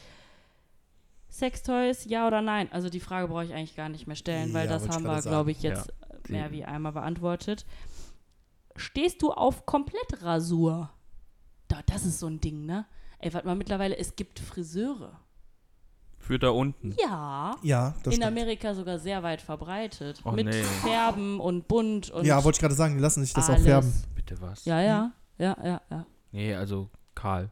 Sextoys, ja oder nein? Also die Frage brauche ich eigentlich gar nicht mehr stellen, weil das haben wir, glaube ich, jetzt mehr wie einmal beantwortet. Stehst du auf Komplettrasur? Das ist so ein Ding, ne? Ey, warte mal, mittlerweile, es gibt Friseure. Für da unten? Ja. Ja, das In stimmt. Amerika sogar sehr weit verbreitet. Oh, mit nee. Färben und bunt und ja, wollte ich gerade sagen, die lassen sich das alles. auch färben. Bitte was? Ja. Nee, also Karl.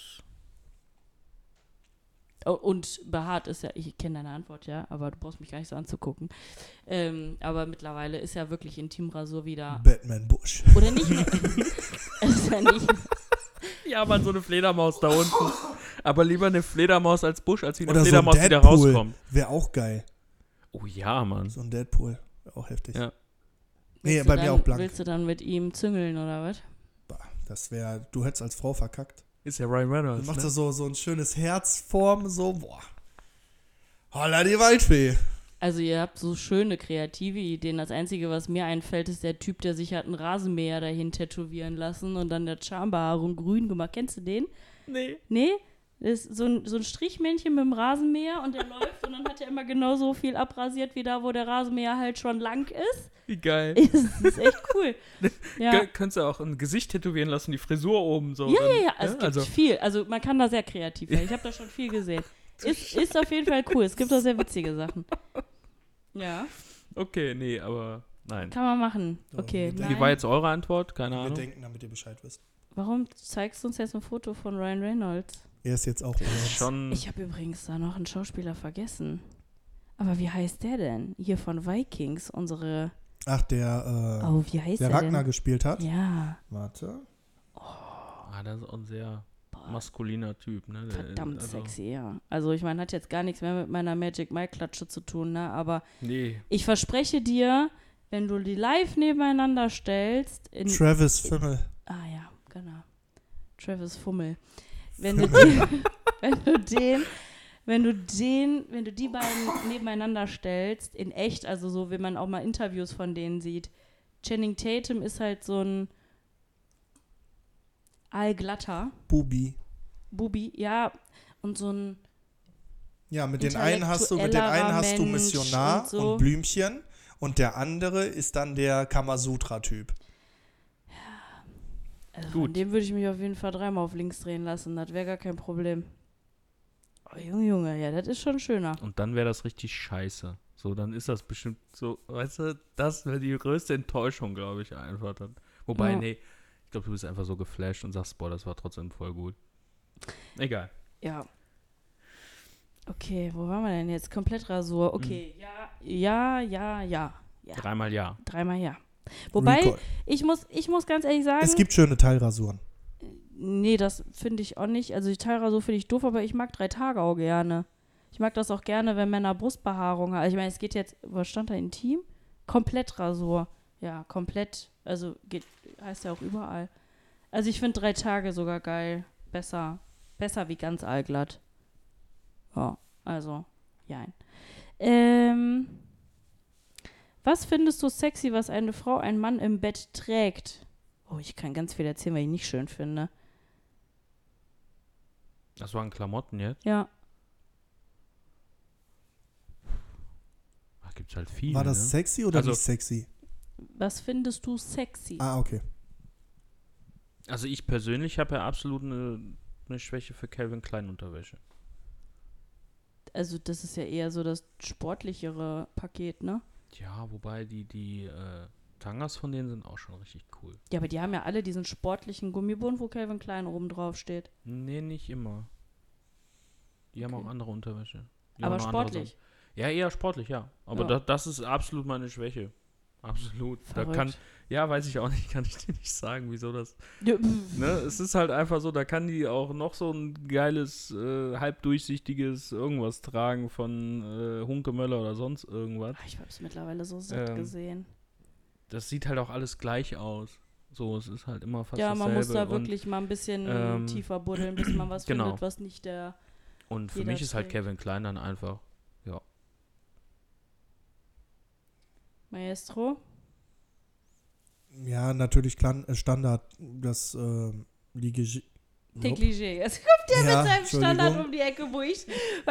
Oh, und behaart ist ja, ich kenne deine Antwort, ja, aber du brauchst mich gar nicht so anzugucken. Aber mittlerweile ist ja wirklich Intimrasur wieder. Batman Bush. Oder nicht mehr. Es ist ja nicht. Ja, man, so eine Fledermaus da unten. Aber lieber eine Fledermaus als Busch, als wie eine Oder Fledermaus, so ein die da Deadpool. rauskommt. Wäre auch geil. Oh ja, Mann. So ein Deadpool. Wäre auch heftig. Ja. Nee, bei mir auch blank. Willst du dann mit ihm züngeln oder was? Bah, das wäre, du hättest als Frau verkackt. Ist ja Ryan Reynolds, Dann macht ne? er so ein schönes Herzform, so, boah. Holla die Waldfee. Also ihr habt so schöne kreative Ideen. Das Einzige, was mir einfällt, ist der Typ, der sich hat einen Rasenmäher dahin tätowieren lassen und dann der Schambehaarung grün gemacht. Kennst du den? Nee. Nee? Das ist so ein Strichmännchen mit dem Rasenmäher und der läuft und dann hat er immer genauso viel abrasiert, wie da, wo der Rasenmäher halt schon lang ist. Wie geil. Das ist echt cool. Ja. Könntest du auch ein Gesicht tätowieren lassen, die Frisur oben so. Ja, dann, ja. Es gibt viel. Also man kann da sehr kreativ werden. Ich habe da schon viel gesehen. Ist auf jeden Fall cool. Es gibt auch sehr witzige Sachen. Ja. Okay, nee, aber Nein. Kann man machen. So, Okay, wir Wie nein. war jetzt eure Antwort? Keine Wir Ahnung. denken, damit ihr Bescheid wisst. Warum zeigst du uns jetzt ein Foto von Ryan Reynolds? Er ist jetzt auch bei uns. Schon. Ich habe übrigens da noch einen Schauspieler vergessen. Aber wie heißt der denn? Hier von Vikings, unsere... Ach, der wie heißt der der Ragnar denn? gespielt hat. Ja. Warte. Das ist auch ein sehr Boah, maskuliner Typ, ne? verdammt Also, sexy, ja. Also ich meine, hat jetzt gar nichts mehr mit meiner Magic Mike-Klatsche zu tun, ne? Aber Nee. ich verspreche dir, wenn du die live nebeneinander stellst... Travis Fimmel. Ah ja, genau. Travis Fummel. Wenn du die beiden nebeneinander stellst, in echt, also so, wenn man auch mal Interviews von denen sieht. Channing Tatum ist halt so ein allglatter Bubi. Bubi, ja, und so ein Ja, mit den einen hast du Mensch Missionar und so. und Blümchen und der andere ist dann der Kamasutra-Typ. Also Gut. von dem würde ich mich auf jeden Fall 3-mal auf links drehen lassen, das wäre gar kein Problem. Oh, Junge, ja, das ist schon schöner. Und dann wäre das richtig scheiße. So, dann ist das bestimmt so, weißt du, das wäre die größte Enttäuschung, glaube ich, einfach dann. Wobei, Ja. nee, ich glaube, du bist einfach so geflasht und sagst, boah, das war trotzdem voll gut. Egal. Ja. Okay, wo waren wir denn jetzt? Komplett Rasur. Okay, ja. 3-mal ja. 3-mal ja. Wobei, Recall. ich muss ganz ehrlich sagen, Es gibt schöne Teilrasuren. nee, das finde ich auch nicht. Also die Teilrasur finde ich doof, aber ich mag 3 Tage auch gerne. Ich mag das auch gerne, wenn Männer Brustbehaarung haben. Also ich meine, es geht jetzt, was stand da, intim? Komplettrasur. Ja, komplett. Also heißt ja auch überall. Also ich finde 3 Tage sogar geil. Besser wie ganz allglatt. Ja, also, jein. Was findest du sexy, was eine Frau, ein Mann im Bett trägt? Oh, ich kann ganz viel erzählen, weil ich nicht schön finde. Das waren Klamotten jetzt. Ja. Da gibt es halt viele. War das ne? sexy oder Also- nicht sexy? Was findest du sexy? Ah, okay. Also ich persönlich habe ja absolut eine Schwäche für Calvin Klein Unterwäsche. Also das ist ja eher so das sportlichere Paket, ne? Ja, wobei die Tangas von denen sind auch schon richtig cool. Ja, aber die haben ja alle diesen sportlichen Gummibund, wo Calvin Klein oben drauf steht. Nee, nicht immer. Die haben Okay. auch andere Unterwäsche. Die Aber haben noch andere sportlich. Sachen. Ja, eher sportlich, ja. Aber Ja. das ist absolut meine Schwäche. Absolut. Verrückt. Weiß ich auch nicht, kann ich dir nicht sagen, wieso das. Ja, Ne, es ist halt einfach so, da kann die auch noch so ein geiles, halbdurchsichtiges irgendwas tragen von Hunkemöller oder sonst irgendwas. ich hab's mittlerweile so satt gesehen. Das sieht halt auch alles gleich aus. So, es ist halt immer fast Ja, dasselbe. man muss da und, wirklich mal ein bisschen tiefer buddeln, bis man was genau. findet, was nicht der... und für jeder mich ist halt trägt. Calvin Klein dann einfach, ja. Maestro? Ja, natürlich Standard, das Liege. Negligé. Jetzt kommt der Ja, mit seinem Standard Entschuldigung. um die Ecke, wo ich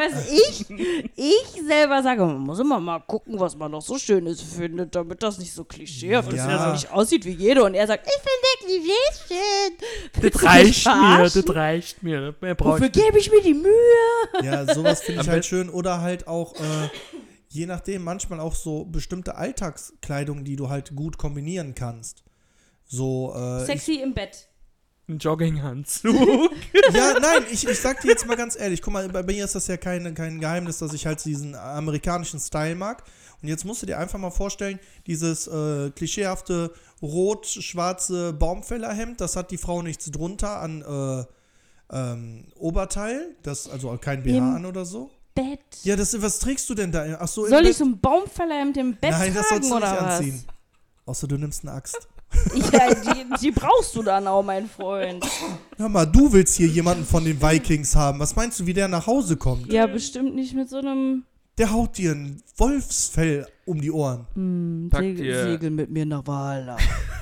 selber sage, man muss immer mal gucken, was man noch so Schönes findet, damit das nicht so klischeehaft ist, Ja. dass er nicht aussieht wie jeder. Und er sagt, ich finde Negligés schön. Willst Das du mich reicht mir, verarschen? das reicht mir. Mehr brauche Wofür ich nicht. gebe ich mir die Mühe? Ja, sowas finde ich Am halt besten- schön. Oder halt auch, je nachdem, manchmal auch so bestimmte Alltagskleidung, die du halt gut kombinieren kannst. So, Sexy im Bett. Ein Jogginganzug. ich sag dir jetzt mal ganz ehrlich, guck mal, bei mir ist das ja kein Geheimnis, dass ich halt diesen amerikanischen Style mag. Und jetzt musst du dir einfach mal vorstellen, dieses klischeehafte rot-schwarze Baumfällerhemd, das hat die Frau nichts drunter an Oberteil, das also kein BH Im an oder so. Bett. Ja, was trägst du denn da? Ach so, im Soll Bett? ich so ein Baumfällerhemd im Bett Nein, das tragen sollst du nicht oder was? anziehen. Außer du nimmst eine Axt. Ja, die brauchst du dann auch, mein Freund. Hör mal, du willst hier jemanden von den Vikings haben. Was meinst du, wie der nach Hause kommt? Ja, bestimmt nicht mit so einem Der haut dir ein Wolfsfell um die Ohren. Pack dir- Segel mit mir nach Valhalla.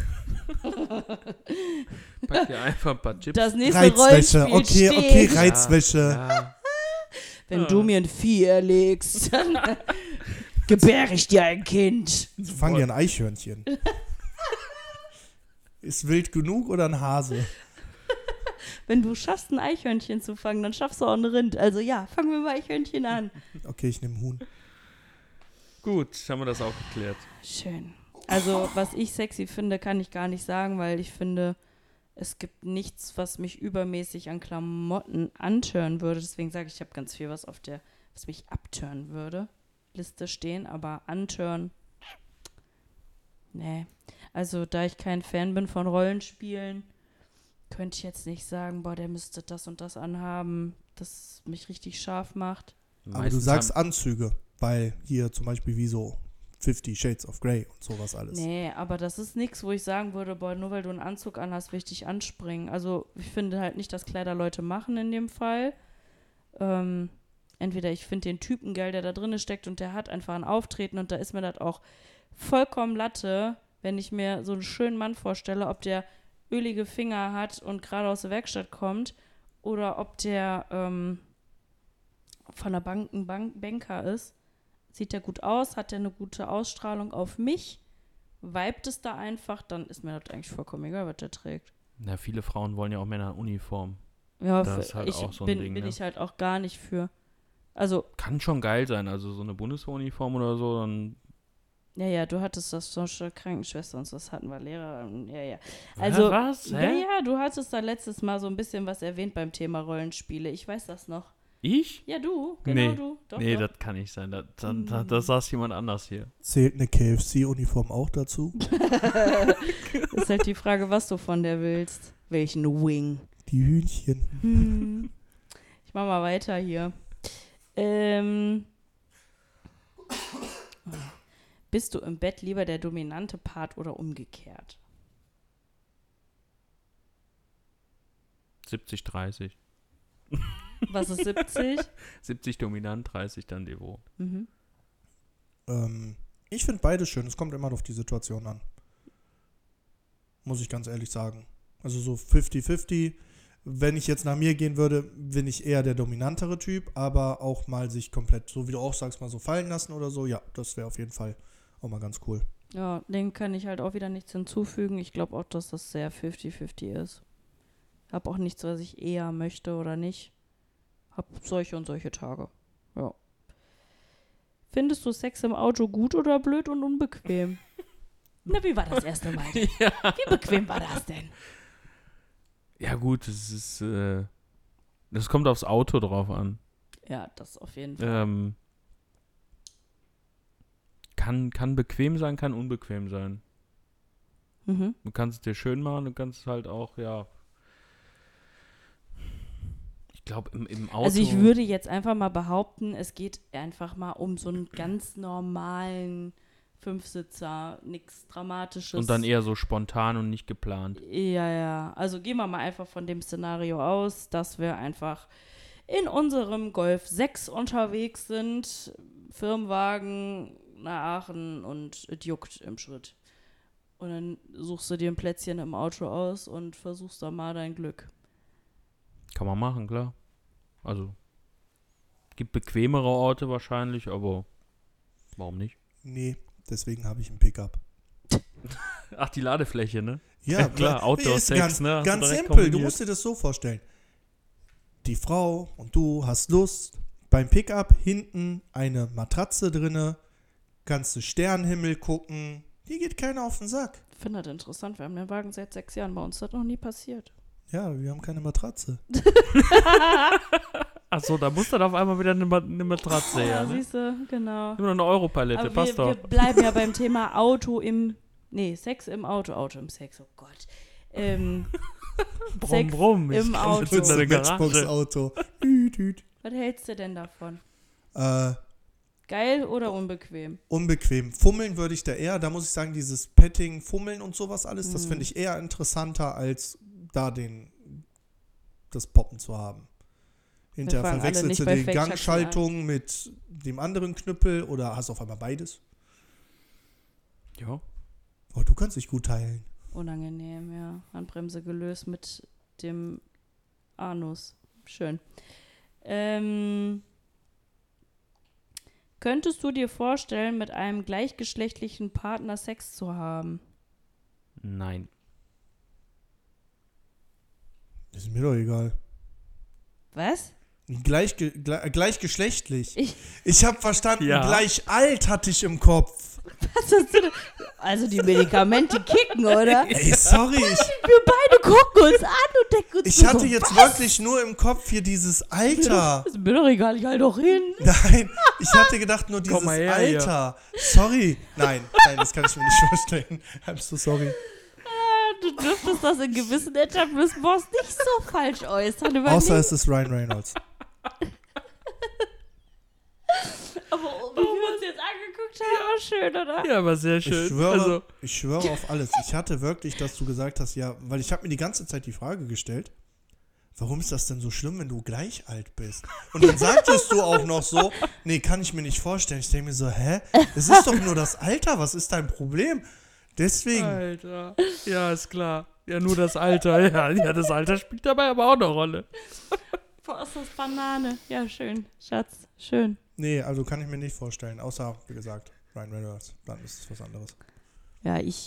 Pack dir einfach ein paar Chips. Das nächste Reizwäsche. Rollenspiel Okay, steht. Reizwäsche. Ja. Wenn du mir ein Vieh erlegst, dann gebäre ich dir ein Kind. Fang dir ein Eichhörnchen. Ist wild genug oder ein Hase? Wenn du schaffst, ein Eichhörnchen zu fangen, dann schaffst du auch ein Rind. Also ja, fangen wir mal Eichhörnchen an. Okay, ich nehme Huhn. Gut, haben wir das auch geklärt. Schön. Also, was ich sexy finde, kann ich gar nicht sagen, weil ich finde, es gibt nichts, was mich übermäßig an Klamotten antören würde. Deswegen sage ich habe ganz viel, was mich abtören würde, Liste stehen, aber antören, nee. Also, da ich kein Fan bin von Rollenspielen, könnte ich jetzt nicht sagen, boah, der müsste das und das anhaben, das mich richtig scharf macht. Aber du Meistens sagst Anzüge, weil hier zum Beispiel wie so 50 Shades of Grey und sowas alles. Nee, aber das ist nichts, wo ich sagen würde, boah, nur weil du einen Anzug anhast, will ich dich anspringen. Also ich finde halt nicht, dass Kleider Leute machen in dem Fall. Entweder ich finde den Typen geil, der da drin steckt und der hat einfach ein Auftreten und da ist mir das auch vollkommen Latte, wenn ich mir so einen schönen Mann vorstelle, ob der ölige Finger hat und gerade aus der Werkstatt kommt oder ob der von der Bank ein Banker ist. Sieht der gut aus? Hat der eine gute Ausstrahlung auf mich? Vibet es da einfach? Dann ist mir das eigentlich vollkommen egal, was der trägt. Ja, viele Frauen wollen ja auch Männeruniform. Ja, Das ist halt auch so ein Ding, bin ne? ich halt auch gar nicht für. Also, Kann schon geil sein, also so eine Bundeswehruniform oder so, dann. ja, du hattest das zum Beispiel Krankenschwester und so, das hatten wir Lehrer. Ja. Also, was? Hä? ja, du hattest da letztes Mal so ein bisschen was erwähnt beim Thema Rollenspiele. Ich weiß das noch. Ich? Ja, du, genau Nee. du. Doch, Nee, doch. das kann nicht sein. Da saß jemand anders hier. Zählt eine KFC-Uniform auch dazu? Ist halt die Frage, was du von der willst. Welchen Wing? Die Hühnchen. Ich mach mal weiter hier. Bist du im Bett lieber der dominante Part oder umgekehrt? 70-30. Was ist 70? 70 dominant, 30 dann devot. Mhm. Ich finde beides schön. Es kommt immer auf die Situation an. Muss ich ganz ehrlich sagen. Also so 50-50. Wenn ich jetzt nach mir gehen würde, bin ich eher der dominantere Typ, aber auch mal sich komplett, so wie du auch sagst, mal so fallen lassen oder so. Ja, das wäre auf jeden Fall auch mal ganz cool. Ja, dem kann ich halt auch wieder nichts hinzufügen. Ich glaube auch, dass das sehr 50-50 ist. Hab auch nichts, was ich eher möchte oder nicht. Hab solche und solche Tage. Ja. Findest du Sex im Auto gut oder blöd und unbequem? Na, wie war das erste Mal? Ja. Wie bequem war das denn? Ja gut, das kommt aufs Auto drauf an. Ja, das auf jeden Fall. Kann bequem sein, kann unbequem sein. Mhm. Du kannst es dir schön machen, du kannst es halt auch, ja. Ich glaube, im Auto. Also ich würde jetzt einfach mal behaupten, es geht einfach mal um so einen ganz normalen Fünfsitzer, nichts Dramatisches. Und dann eher so spontan und nicht geplant. Ja. Also gehen wir mal einfach von dem Szenario aus, dass wir einfach in unserem Golf 6 unterwegs sind, Firmenwagen nach Aachen und es juckt im Schritt. Und dann suchst du dir ein Plätzchen im Auto aus und versuchst da mal dein Glück. Kann man machen, klar. Also, gibt bequemere Orte wahrscheinlich, aber warum nicht? Nee, deswegen habe ich einen Pickup. Ach, die Ladefläche, ne? Ja, klar, Outdoor-Sex, ganz, ne? Hast du Ganz direkt simpel, du kombiniert. musst dir das so vorstellen. Die Frau und du hast Lust, beim Pickup hinten eine Matratze drinne, kannst du Sternenhimmel gucken, hier geht keiner auf den Sack. Ich finde das interessant, wir haben den Wagen seit 6 Jahren, bei uns ist das noch nie passiert. Ja, wir haben keine Matratze. Achso, da muss dann auf einmal wieder eine Matratze her, Ja, ne? siehst du, genau. Nur eine Europalette, Aber passt wir doch. bleiben ja beim Thema Sex im Auto, Auto im Sex, oh Gott. Sex Brumm, ich im komm Auto. jetzt in deine Garage. Matchbox-Auto. Düt. Was hältst du denn davon? Äh, Geil oder unbequem? unbequem. Fummeln würde ich da eher, da muss ich sagen, dieses Petting, Fummeln und sowas alles, das finde ich eher interessanter, als da das Poppen zu haben. Hinterher fangen alle verwechselst nicht du bei die Fake-Schatzen Gangschaltung mit dem anderen Knüppel oder hast auf einmal beides. Ja. Oh, du kannst dich gut teilen. Unangenehm, ja. Handbremse gelöst mit dem Anus. Schön. Könntest du dir vorstellen, mit einem gleichgeschlechtlichen Partner Sex zu haben? Nein. Ist mir doch egal. Was? Gleichgeschlechtlich. Ich habe verstanden, Ja. gleich alt hatte ich im Kopf. Was hast du denn? Also die Medikamente kicken, oder? Ey, sorry, Wir beide gucken uns an und denken uns ich hatte so, jetzt wirklich nur im Kopf hier dieses Alter. ist mir doch egal, ich halt doch hin. Nein, ich hatte gedacht nur dieses mal her, Alter. Sorry. Nein, das kann ich mir nicht vorstellen. I'm so sorry. Du dürftest das in gewissen Etablissements nicht so falsch äußern. Außer es ist Ryan Reynolds. Aber wie wir uns jetzt angeguckt haben, war schön, oder? Ja, war sehr schön. Ich schwöre auf alles. Ich hatte wirklich, dass du gesagt hast, ja, weil ich habe mir die ganze Zeit die Frage gestellt, warum ist das denn so schlimm, wenn du gleich alt bist? Und dann sagtest du auch noch so, nee, kann ich mir nicht vorstellen. Ich denke mir so, hä? Es ist doch nur das Alter, was ist dein Problem? Deswegen. Alter. Ja, ist klar. Ja, nur das Alter. Ja, das Alter spielt dabei aber auch eine Rolle. Boah, ist das Banane. Ja, schön, Schatz, schön. Nee, also kann ich mir nicht vorstellen. Außer, wie gesagt, Ryan Reynolds. Dann ist es was anderes. Ja, ich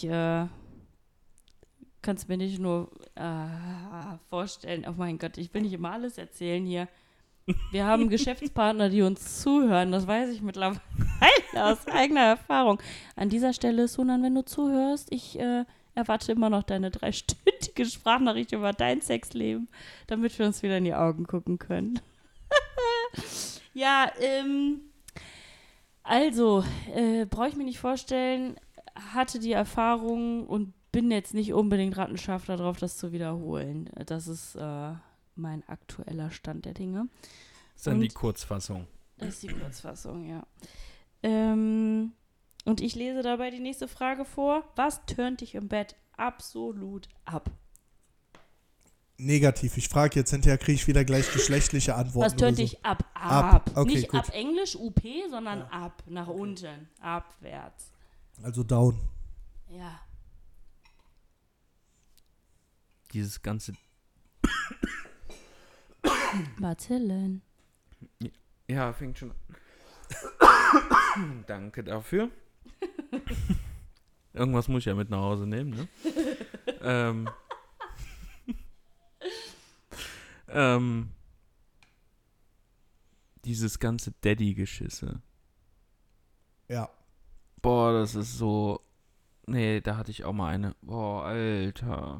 kann es mir nicht nur vorstellen. Oh mein Gott, ich will nicht immer alles erzählen hier. Wir haben Geschäftspartner, die uns zuhören. Das weiß ich mittlerweile aus eigener Erfahrung. An dieser Stelle, Sunan, wenn du zuhörst, ich erwarte immer noch deine 3-stündige Sprachnachricht über dein Sexleben, damit wir uns wieder in die Augen gucken können. Ja, also, brauche ich mir nicht vorstellen, hatte die Erfahrung und bin jetzt nicht unbedingt rattenscharf darauf, das zu wiederholen. Das ist mein aktueller Stand der Dinge. Das ist dann die Kurzfassung. Das ist die Kurzfassung, ja. Und ich lese dabei die nächste Frage vor. Was turnt dich im Bett absolut ab? Negativ. Ich frage jetzt hinterher, kriege ich wieder gleich geschlechtliche Antworten. Was turnt oder so. dich ab? Ab. Okay, Nicht gut. ab Englisch, UP, sondern ab, nach unten, abwärts. Also down. Ja. Dieses ganze... Bazillen. Ja, fängt schon an. Danke dafür. Irgendwas muss ich ja mit nach Hause nehmen, ne? Dieses ganze Daddy-Geschisse. Ja. Boah, das ist so... Nee, da hatte ich auch mal eine... Boah, Alter.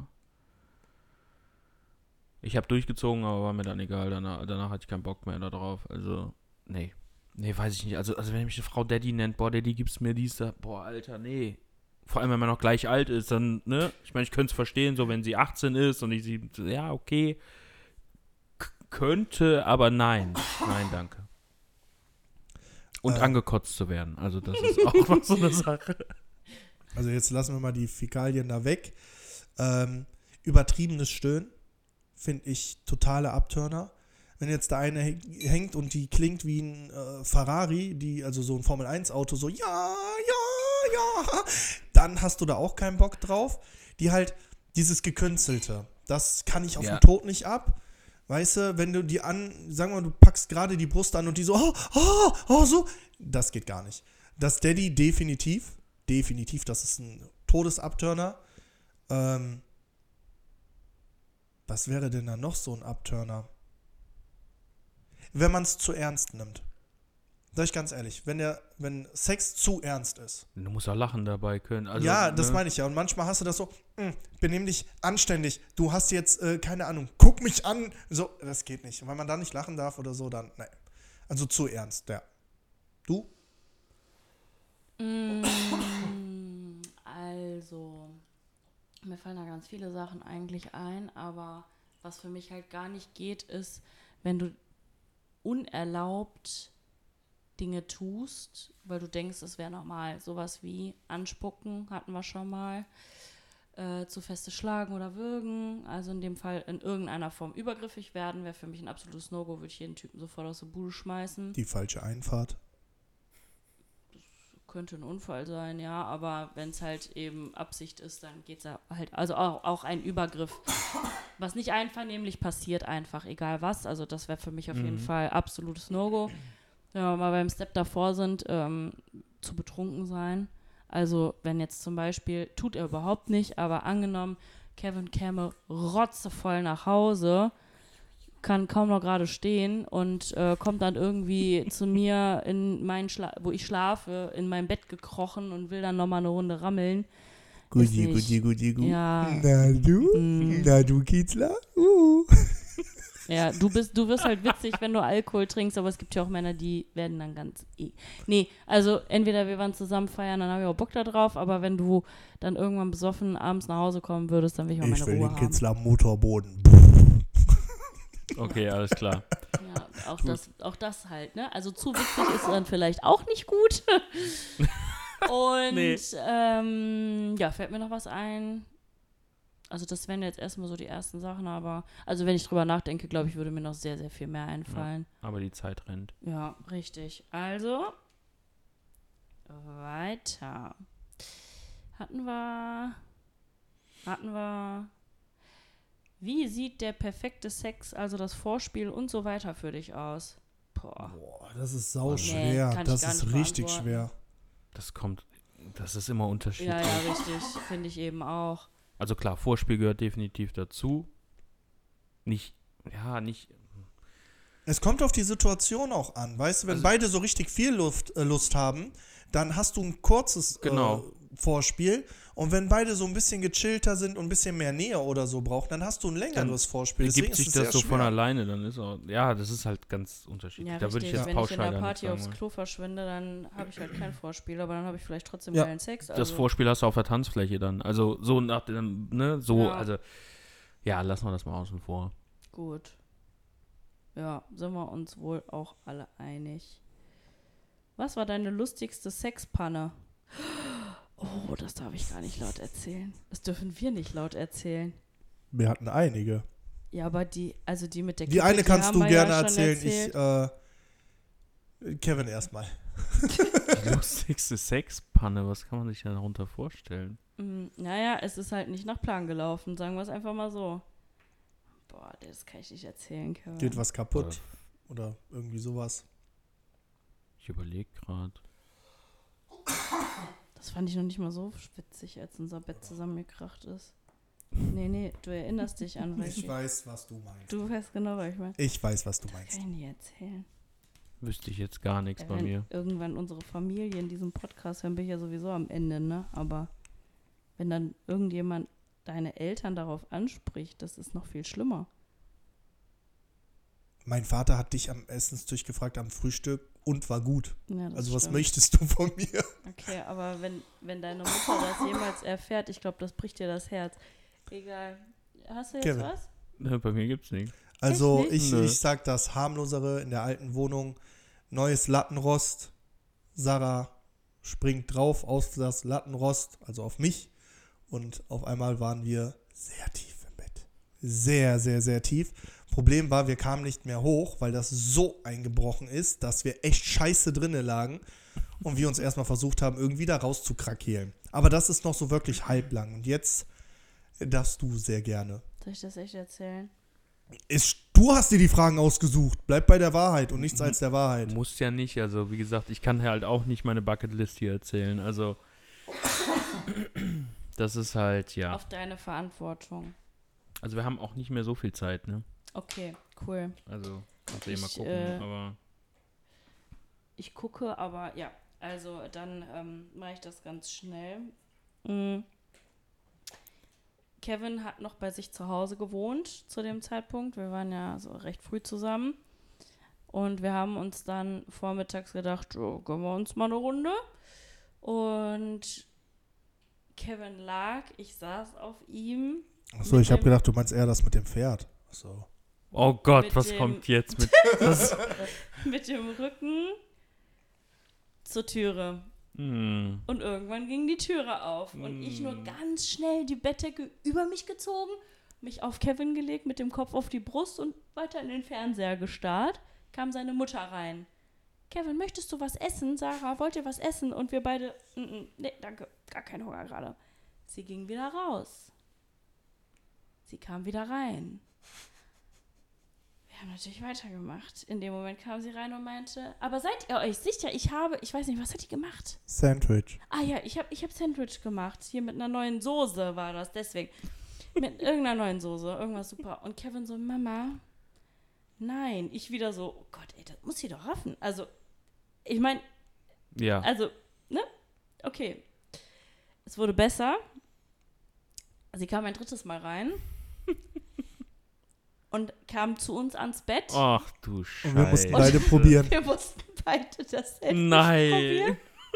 Ich habe durchgezogen, aber war mir dann egal. Danach hatte ich keinen Bock mehr da drauf. Also, nee. Nee, weiß ich nicht. Also wenn mich eine Frau Daddy nennt, boah, Daddy gibt's mir dies, da, boah, Alter, nee. Vor allem, wenn man noch gleich alt ist, dann, ne? Ich meine, ich könnte es verstehen, so wenn sie 18 ist und ich sie, ja, okay. Könnte, aber nein. Nein, danke. Und angekotzt zu werden. Also das ist auch noch so eine Sache. Also jetzt lassen wir mal die Fäkalien da weg. Übertriebenes Stöhnen finde ich totale Abturner. Wenn jetzt da eine hängt und die klingt wie ein Ferrari, also so ein Formel-1-Auto, so ja, dann hast du da auch keinen Bock drauf. Die halt, dieses Gekünstelte, das kann ich auf den Tod nicht ab. Weißt du, wenn du die sagen wir mal, du packst gerade die Brust an und die so, so, das geht gar nicht. Das Daddy definitiv, das ist ein Todesabturner. Was wäre denn da noch so ein Abturner? Wenn man es zu ernst nimmt. Sag ich ganz ehrlich, wenn Sex zu ernst ist. Du musst auch lachen dabei können. Also, ja, das meine ich ja. Und manchmal hast du das so, benimm dich anständig. Du hast jetzt, keine Ahnung, guck mich an. So, das geht nicht. Und wenn man da nicht lachen darf oder so, dann, nein. Also zu ernst, ja. Du? Also, mir fallen da ganz viele Sachen eigentlich ein, aber was für mich halt gar nicht geht, ist, wenn du unerlaubt Dinge tust, weil du denkst, es wäre normal. Sowas wie anspucken hatten wir schon mal, zu feste schlagen oder würgen, also in dem Fall in irgendeiner Form übergriffig werden, wäre für mich ein absolutes No-Go, würde ich jeden Typen sofort aus der Bude schmeißen. Die falsche Einfahrt. Könnte ein Unfall sein, ja, aber wenn es halt eben Absicht ist, dann geht es halt, also auch ein Übergriff, was nicht einvernehmlich passiert, einfach, egal was, also das wäre für mich auf jeden Fall absolutes No-Go. Wenn wir mal beim Step davor sind, zu betrunken sein, also wenn jetzt zum Beispiel, tut er überhaupt nicht, aber angenommen, Kevin käme rotzevoll nach Hause, kann kaum noch gerade stehen und kommt dann irgendwie zu mir in wo ich schlafe, in mein Bett gekrochen und will dann nochmal eine Runde rammeln. Guti. Ja. Na du Kiezler? Ja, du wirst halt witzig, wenn du Alkohol trinkst, aber es gibt ja auch Männer, die werden dann ganz Nee, also entweder wir waren zusammen feiern, dann habe ich auch Bock da drauf, aber wenn du dann irgendwann besoffen abends nach Hause kommen würdest, dann will ich auch meine Ruhe haben. Ich will den Kitzler am Motorboden. Okay, alles klar. Ja, auch das halt, ne? Also zu witzig ist dann vielleicht auch nicht gut. Und ja, fällt mir noch was ein. Also das wären jetzt erstmal so die ersten Sachen, aber also wenn ich drüber nachdenke, glaube ich, würde mir noch sehr, sehr viel mehr einfallen. Ja, aber die Zeit rennt. Ja, richtig. Also, weiter. Hatten wir. Wie sieht der perfekte Sex, also das Vorspiel und so weiter für dich aus? Boah, das ist sauschwer. Nee, das ist richtig schwer. Das ist immer unterschiedlich. Ja, richtig. Finde ich eben auch. Also klar, Vorspiel gehört definitiv dazu. Nicht. Es kommt auf die Situation auch an, weißt du, wenn beide so richtig viel Lust haben, dann hast du ein kurzes Vorspiel und wenn beide so ein bisschen gechillter sind und ein bisschen mehr Nähe oder so brauchen, dann hast du ein längeres Vorspiel. Deswegen gibt sich das so von alleine, dann ist auch, das ist halt ganz unterschiedlich. Ja, da würde ich jetzt wenn pauschal ich in der Party gar aufs nicht sagen. Klo verschwinde, dann habe ich halt kein Vorspiel, aber dann habe ich vielleicht trotzdem geilen Sex. Also. Das Vorspiel hast du auf der Tanzfläche dann. Also so nach dem, ne, so, ja. Also ja, lassen wir das mal außen vor. Gut. Ja, sind wir uns wohl auch alle einig. Was war deine lustigste Sexpanne? Oh, das darf ich gar nicht laut erzählen. Das dürfen wir nicht laut erzählen. Wir hatten einige. Ja, aber die mit der Die Kippe, eine kannst du gerne erzählen. Kevin erstmal. Die lustigste Sexpanne, was kann man sich da darunter vorstellen? Naja, es ist halt nicht nach Plan gelaufen, sagen wir es einfach mal so. Boah, das kann ich nicht erzählen, Kevin. Geht was kaputt? Oder irgendwie sowas. Ich überlege gerade. Das fand ich noch nicht mal so witzig, als unser Bett zusammengekracht ist. Nee, du erinnerst dich an welche. Ich weiß, was du meinst. Du weißt genau, was ich meine. Ich weiß, was du meinst. Das kann ich nicht erzählen. Wüsste ich jetzt gar nichts bei mir. Irgendwann unsere Familie in diesem Podcast hören, bin ich ja sowieso am Ende, ne? Aber wenn dann irgendjemand deine Eltern darauf anspricht, das ist noch viel schlimmer. Mein Vater hat dich am Essenstisch gefragt am Frühstück und war gut. Ja, also was stimmt. möchtest du von mir? Okay, aber wenn deine Mutter das jemals erfährt, ich glaube, das bricht dir das Herz. Egal. Hast du jetzt Kevin. was? Ne, bei mir gibt's nichts. Also nicht? ich sag das harmlosere in der alten Wohnung. Neues Lattenrost. Sarah springt drauf auf das Lattenrost, also auf mich. Und auf einmal waren wir sehr tief im Bett. Sehr, sehr, sehr tief. Problem war, wir kamen nicht mehr hoch, weil das so eingebrochen ist, dass wir echt scheiße drinnen lagen und wir uns erstmal versucht haben, irgendwie da rauszukrakeelen. Aber das ist noch so wirklich halblang. Und jetzt darfst du sehr gerne. Soll ich das echt erzählen? Du hast dir die Fragen ausgesucht. Bleib bei der Wahrheit und nichts als der Wahrheit. Muss ja nicht, also wie gesagt, ich kann halt auch nicht meine Bucketlist hier erzählen, also das ist halt, ja. Auf deine Verantwortung. Also wir haben auch nicht mehr so viel Zeit, ne? Okay, cool. Also, kannst du mal gucken, aber... Ich gucke, aber ja, also dann mache ich das ganz schnell. Kevin hat noch bei sich zu Hause gewohnt zu dem Zeitpunkt. Wir waren ja so recht früh zusammen. Und wir haben uns dann vormittags gedacht, gönnen wir uns mal eine Runde. Und Kevin lag, ich saß auf ihm. Achso, ich habe gedacht, du meinst eher das mit dem Pferd. Achso. Oh Gott, was kommt jetzt mit... mit dem Rücken zur Türe. Und irgendwann ging die Türe auf und ich nur ganz schnell die Bettdecke über mich gezogen, mich auf Kevin gelegt, mit dem Kopf auf die Brust und weiter in den Fernseher gestarrt, kam seine Mutter rein. Kevin, möchtest du was essen? Sarah, wollt ihr was essen? Und wir beide, nee, danke, gar kein Hunger gerade. Sie ging wieder raus. Sie kam wieder rein. Wir haben natürlich weitergemacht. In dem Moment kam sie rein und meinte, aber seid ihr euch sicher? Ich weiß nicht, was hat die gemacht? Sandwich. Ah ja, ich hab Sandwich gemacht. Hier mit einer neuen Soße war das, deswegen. Mit irgendeiner neuen Soße, irgendwas super. Und Kevin so, Mama, Nein, ich wieder so, oh Gott, ey, das muss sie doch raffen. Also, ich meine, Ja. also, ne? Okay. Es wurde besser. Sie kam ein drittes Mal rein und kam zu uns ans Bett. Ach du Und wir mussten Scheiße. beide probieren. Wir mussten beide das Sandwich Nein. probieren.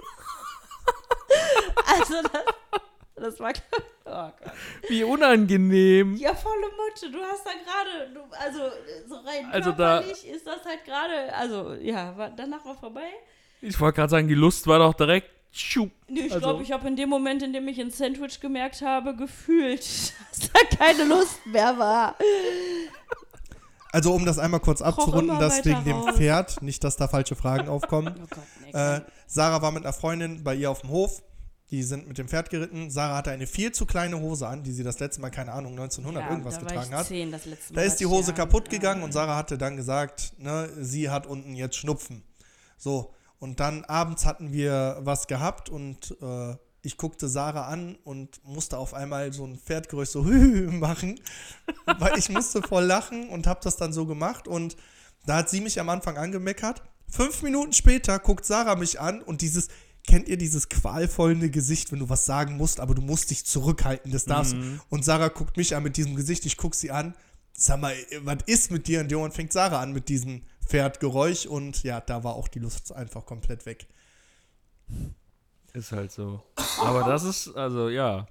Also, das war, oh Gott. Wie unangenehm. Ja, volle Mutte, du hast da gerade, also so rein Also da- körperlich ist das halt gerade, also ja, danach war vorbei. Ich wollte gerade sagen, die Lust war doch direkt. Schup. Nee, ich Also- glaube, ich habe in dem Moment, in dem ich ein Sandwich gemerkt habe, gefühlt, dass da keine Lust mehr war. Also um das einmal kurz abzurunden, immer das weiter wegen dem raus. Pferd, nicht, dass da falsche Fragen aufkommen. Oh Gott, nee, Sarah war mit einer Freundin bei ihr auf dem Hof. Die sind mit dem Pferd geritten. Sarah hatte eine viel zu kleine Hose an, die sie das letzte Mal, keine Ahnung, 1900 irgendwas da war getragen ich hat. 10 das letzte Da Mal. ist die Hose kaputt gegangen und Sarah hatte dann gesagt, ne, sie hat unten jetzt Schnupfen. So, und dann abends hatten wir was gehabt und ich guckte Sarah an und musste auf einmal so ein Pferdgeräusch so machen, weil ich musste voll lachen und habe das dann so gemacht und da hat sie mich am Anfang angemeckert. 5 Minuten später guckt Sarah mich an und kennt ihr dieses qualvolle Gesicht, wenn du was sagen musst, aber du musst dich zurückhalten, das darfst du. Und Sarah guckt mich an mit diesem Gesicht, ich guck sie an, sag mal, was ist mit dir? Und Johann fängt Sarah an mit diesem Pferdgeräusch und ja, da war auch die Lust einfach komplett weg. Ist halt so. Aber das ist, also ja.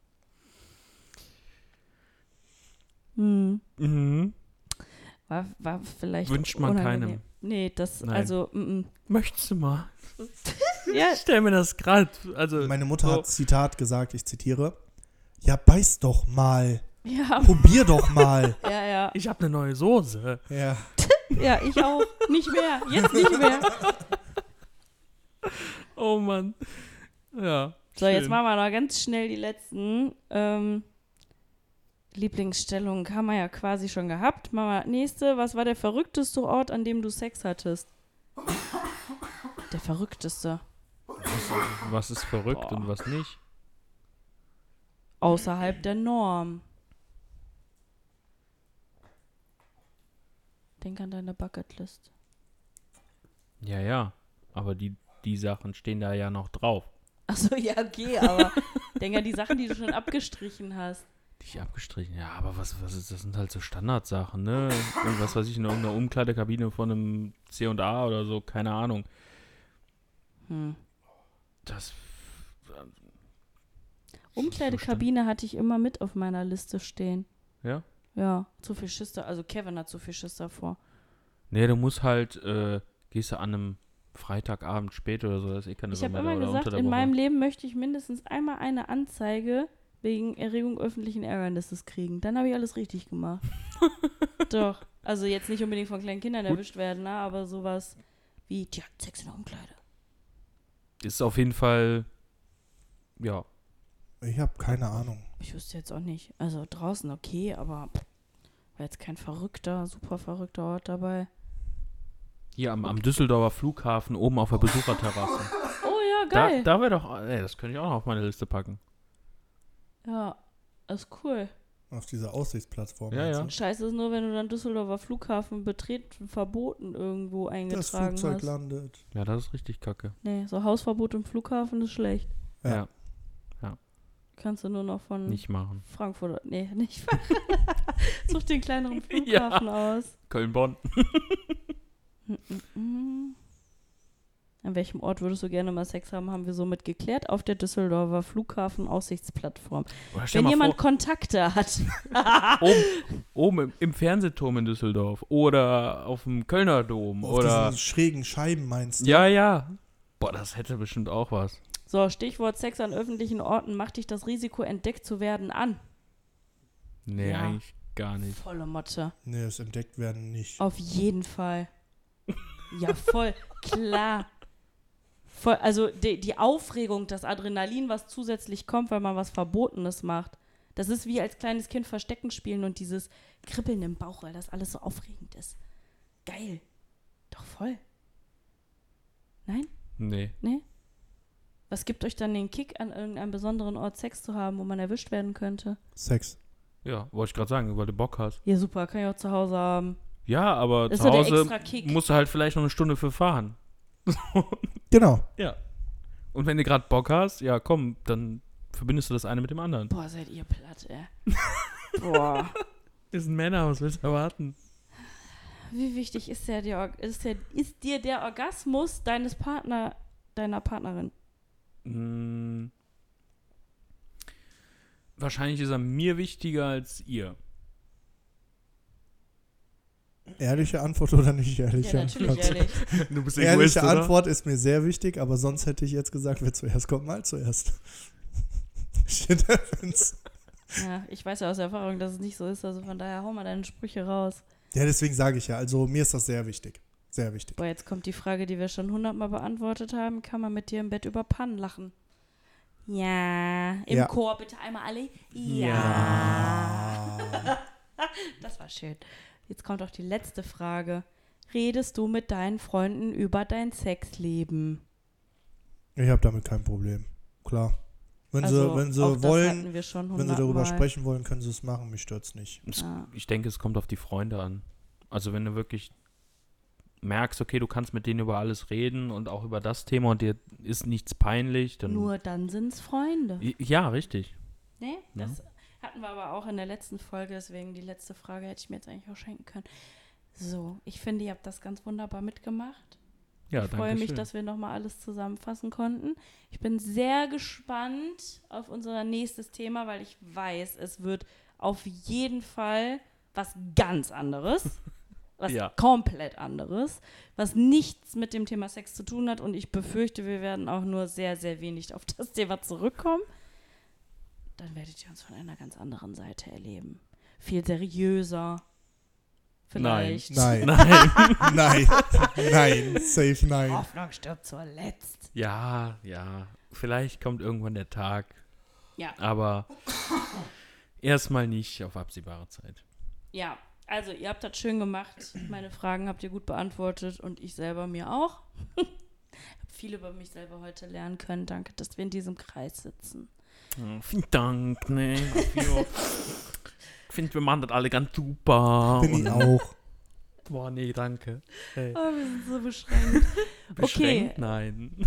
Mhm. War vielleicht Wünscht man unangenehm. keinem. Nee, das, Nein. also, Möchtest du mal? ja, Ich stell mir das gerade, also. Meine Mutter so. hat Zitat gesagt, ich zitiere, ja, beiß doch mal, ja, probier doch mal. ja, Ich habe eine neue Soße. Ja. ja, ich auch. Nicht mehr, jetzt nicht mehr. Oh Mann. Ja. So, jetzt schön. machen wir noch ganz schnell die letzten. Lieblingsstellungen haben wir ja quasi schon gehabt. Machen wir nächste. Was war der verrückteste Ort, an dem du Sex hattest? Der verrückteste. Was ist verrückt Boah. und was nicht? Außerhalb der Norm. Denk an deine Bucketlist. Ja, ja. Aber die Sachen stehen da ja noch drauf. Achso, ja, okay, aber denk an die Sachen, die du schon abgestrichen hast. Die ich abgestrichen. Ja, aber was ist, das sind halt so Standardsachen, ne? Irgendwas, was ich in irgendeiner Umkleidekabine von einem C&A oder so, keine Ahnung. Das. Umkleidekabine hatte ich immer mit auf meiner Liste stehen. Ja? Ja, zu viel Schiss da. Also Kevin hat zu viel Schiss davor. Nee, du musst halt, gehst du an einem Freitagabend spät oder so, das ist eh keine Ich habe Sommer immer oder gesagt, unter der in Woche. meinem Leben möchte ich mindestens einmal eine Anzeige wegen Erregung öffentlichen Ärgernisses kriegen. Dann habe ich alles richtig gemacht. Doch. Also jetzt nicht unbedingt von kleinen Kindern erwischt werden, ne? Aber sowas wie, tja, Sex in der Umkleide. Ist auf jeden Fall, ja. Ich habe keine Ahnung. Ich wüsste jetzt auch nicht. Also draußen okay, aber war jetzt kein super verrückter Ort dabei. Hier am Düsseldorfer Flughafen oben auf der Besucherterrasse. Oh ja, geil. Da wäre doch, das könnte ich auch noch auf meine Liste packen. Ja, das ist cool. Auf dieser Aussichtsplattform. Ja, meinst ja. du? Scheiße ist nur, wenn du dann Düsseldorfer Flughafen betreten, verboten irgendwo Das eingetragen Flugzeug hast. landet. Ja, das ist richtig kacke. Nee, so Hausverbot im Flughafen ist schlecht. Ja. Ja, Kannst du nur noch von nicht machen. Frankfurt. Nee, nicht. Such den kleineren Flughafen aus. Köln-Bonn. An welchem Ort würdest du gerne mal Sex haben, haben wir somit geklärt. Auf der Düsseldorfer Flughafen-Aussichtsplattform. Oder stell Wenn mal jemand vor, Kontakte hat. oben im Fernsehturm in Düsseldorf oder auf dem Kölner Dom Auf oder. diesen schrägen Scheiben meinst du? Ja, ja. Boah, das hätte bestimmt auch was. So, Stichwort Sex an öffentlichen Orten. Macht dich das Risiko, entdeckt zu werden, an? Nee, Ja. eigentlich gar nicht. Volle Motte. Nee, das entdeckt werden nicht. Auf jeden Fall. Ja, voll. Klar. Voll, also die Aufregung, das Adrenalin, was zusätzlich kommt, weil man was Verbotenes macht. Das ist wie als kleines Kind Verstecken spielen und dieses Kribbeln im Bauch, weil das alles so aufregend ist. Geil. Doch voll. Nein? Nee. Nee? Was gibt euch dann den Kick, an irgendeinem besonderen Ort Sex zu haben, wo man erwischt werden könnte? Sex. Ja, wollte ich gerade sagen, weil du Bock hast. Ja, super, kann ich auch zu Hause haben. Ja, aber Das zu ist so der Hause extra Kick. musst du halt vielleicht noch eine Stunde für fahren. Genau. Ja. Und wenn du gerade Bock hast, ja komm, dann verbindest du das eine mit dem anderen. Boah, seid ihr platt, ey. Boah. Wir sind Männer, was willst du erwarten? Wie wichtig ist dir der Orgasmus deiner Partnerin? Wahrscheinlich ist er mir wichtiger als ihr. Ehrliche Antwort oder nicht ehrliche? Ja, natürlich ehrlich. Du bist Ehrliche Egoist, oder? Antwort ist mir sehr wichtig, aber sonst hätte ich jetzt gesagt, wer zuerst kommt, mal zuerst. Shit happens. Ja, ich weiß ja aus Erfahrung, dass es nicht so ist, also von daher hau mal deine Sprüche raus. Ja, deswegen sage ich ja, also mir ist das sehr wichtig. Sehr wichtig. Boah, jetzt kommt die Frage, die wir schon 100-mal beantwortet haben. Kann man mit dir im Bett über Pannen lachen? Ja. Im Ja. Chor bitte einmal alle. Ja. Das war schön. Jetzt kommt auch die letzte Frage. Redest du mit deinen Freunden über dein Sexleben? Ich habe damit kein Problem. Klar. Wenn Also, sie auch das wollen, hatten wir schon wenn sie darüber 100-mal. sprechen wollen, können sie es machen. Mich stört's nicht. Ja. Ich denke, es kommt auf die Freunde an. Also wenn du wirklich merkst, okay, du kannst mit denen über alles reden und auch über das Thema und dir ist nichts peinlich, dann... Nur dann sind's Freunde. Ja, richtig. Nee, Ja. das hatten wir aber auch in der letzten Folge, deswegen die letzte Frage hätte ich mir jetzt eigentlich auch schenken können. So, ich finde, ihr habt das ganz wunderbar mitgemacht. Ja, Ich freue mich, danke dass wir nochmal alles zusammenfassen konnten. Ich bin sehr gespannt auf unser nächstes Thema, weil ich weiß, es wird auf jeden Fall was ganz anderes. Was Ja. komplett anderes, was nichts mit dem Thema Sex zu tun hat und ich befürchte, wir werden auch nur sehr, sehr wenig auf das Thema zurückkommen. Dann werdet ihr uns von einer ganz anderen Seite erleben. Viel seriöser. Vielleicht. Nein. Nein. Nein. Nein. Safe nein. Hoffnung stirbt zuletzt. Ja, vielleicht kommt irgendwann der Tag, Ja. aber erstmal nicht auf absehbare Zeit. Ja, also ihr habt das schön gemacht. Meine Fragen habt ihr gut beantwortet und ich selber mir auch. Hab viel über mich selber heute lernen können. Danke, dass wir in diesem Kreis sitzen. Vielen Dank, ne? Ich finde, wir machen das alle ganz super. Bin ich auch. Boah, nee, danke. Hey. Oh, wir sind so beschränkt. Beschränkt? Okay. Nein.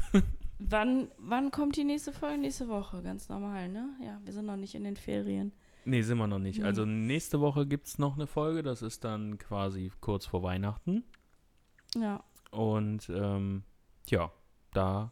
Wann kommt die nächste Folge? Nächste Woche, ganz normal, ne? Ja, wir sind noch nicht in den Ferien. Nee, sind wir noch nicht. Nee. Also nächste Woche gibt es noch eine Folge, das ist dann quasi kurz vor Weihnachten. Ja, Und ja, da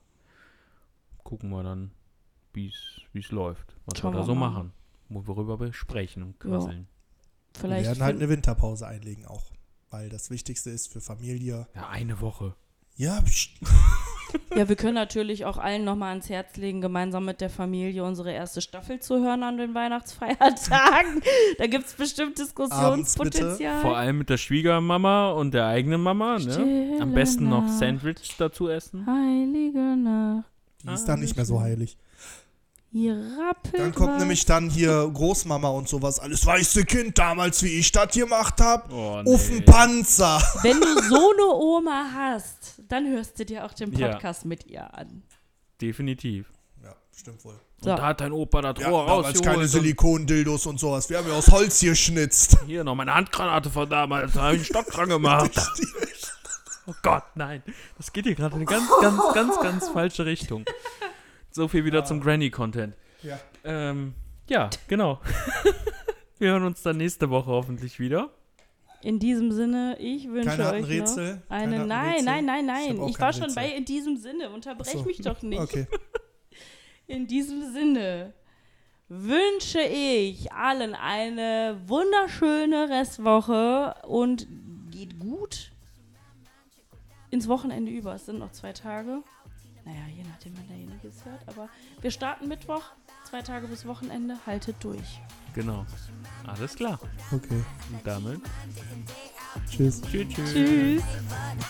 gucken wir dann, wie es läuft, was Schauen wir da wir so mal. machen, worüber wir sprechen und quasseln. Wir vielleicht. werden halt eine Winterpause einlegen auch. Weil das Wichtigste ist für Familie. Ja, eine Woche. Ja, pst. Ja, wir können natürlich auch allen nochmal ans Herz legen, gemeinsam mit der Familie unsere erste Staffel zu hören an den Weihnachtsfeiertagen. Da gibt es bestimmt Diskussionspotenzial. Vor allem mit der Schwiegermama und der eigenen Mama, ne? Stille Am besten noch Nacht, Sandwich dazu essen. Heilige Nacht, Die ist dann nicht mehr so heilig. hier rappelt Dann kommt was. nämlich dann hier Großmama und sowas. Alles weiße Kind damals, wie ich das gemacht hab. Oh, Auf den Panzer. Wenn du so eine Oma hast, dann hörst du dir auch den Ja. Podcast mit ihr an. Definitiv. Ja, stimmt wohl. So. Und da hat dein Opa das Ja, Rohr damals keine rausgeholt. Und Silikondildos und sowas. Wir haben ja aus Holz geschnitzt. hier noch meine Handgranate von damals, da habe ich einen Stock dran gemacht. Oh Gott, nein. Das geht hier gerade in eine ganz falsche Richtung. So viel wieder zum Granny-Content. Ja. Ja, genau. Wir hören uns dann nächste Woche hoffentlich wieder. In diesem Sinne, ich wünsche Keine euch Rätsel? noch eine... Keine Rätsel? Nein. Ich hab auch Ich war kein schon Rätsel. bei in diesem Sinne. Unterbrech Ach so. mich doch nicht. Okay. In diesem Sinne wünsche ich allen eine wunderschöne Restwoche und geht gut ins Wochenende über. Es sind noch 2 Tage. Naja, je nachdem, wann derjenige es hört. Aber wir starten Mittwoch, 2 Tage bis Wochenende. Haltet durch. Genau. Alles klar. Okay. Und damit Tschüss. tschüss. Tschüss.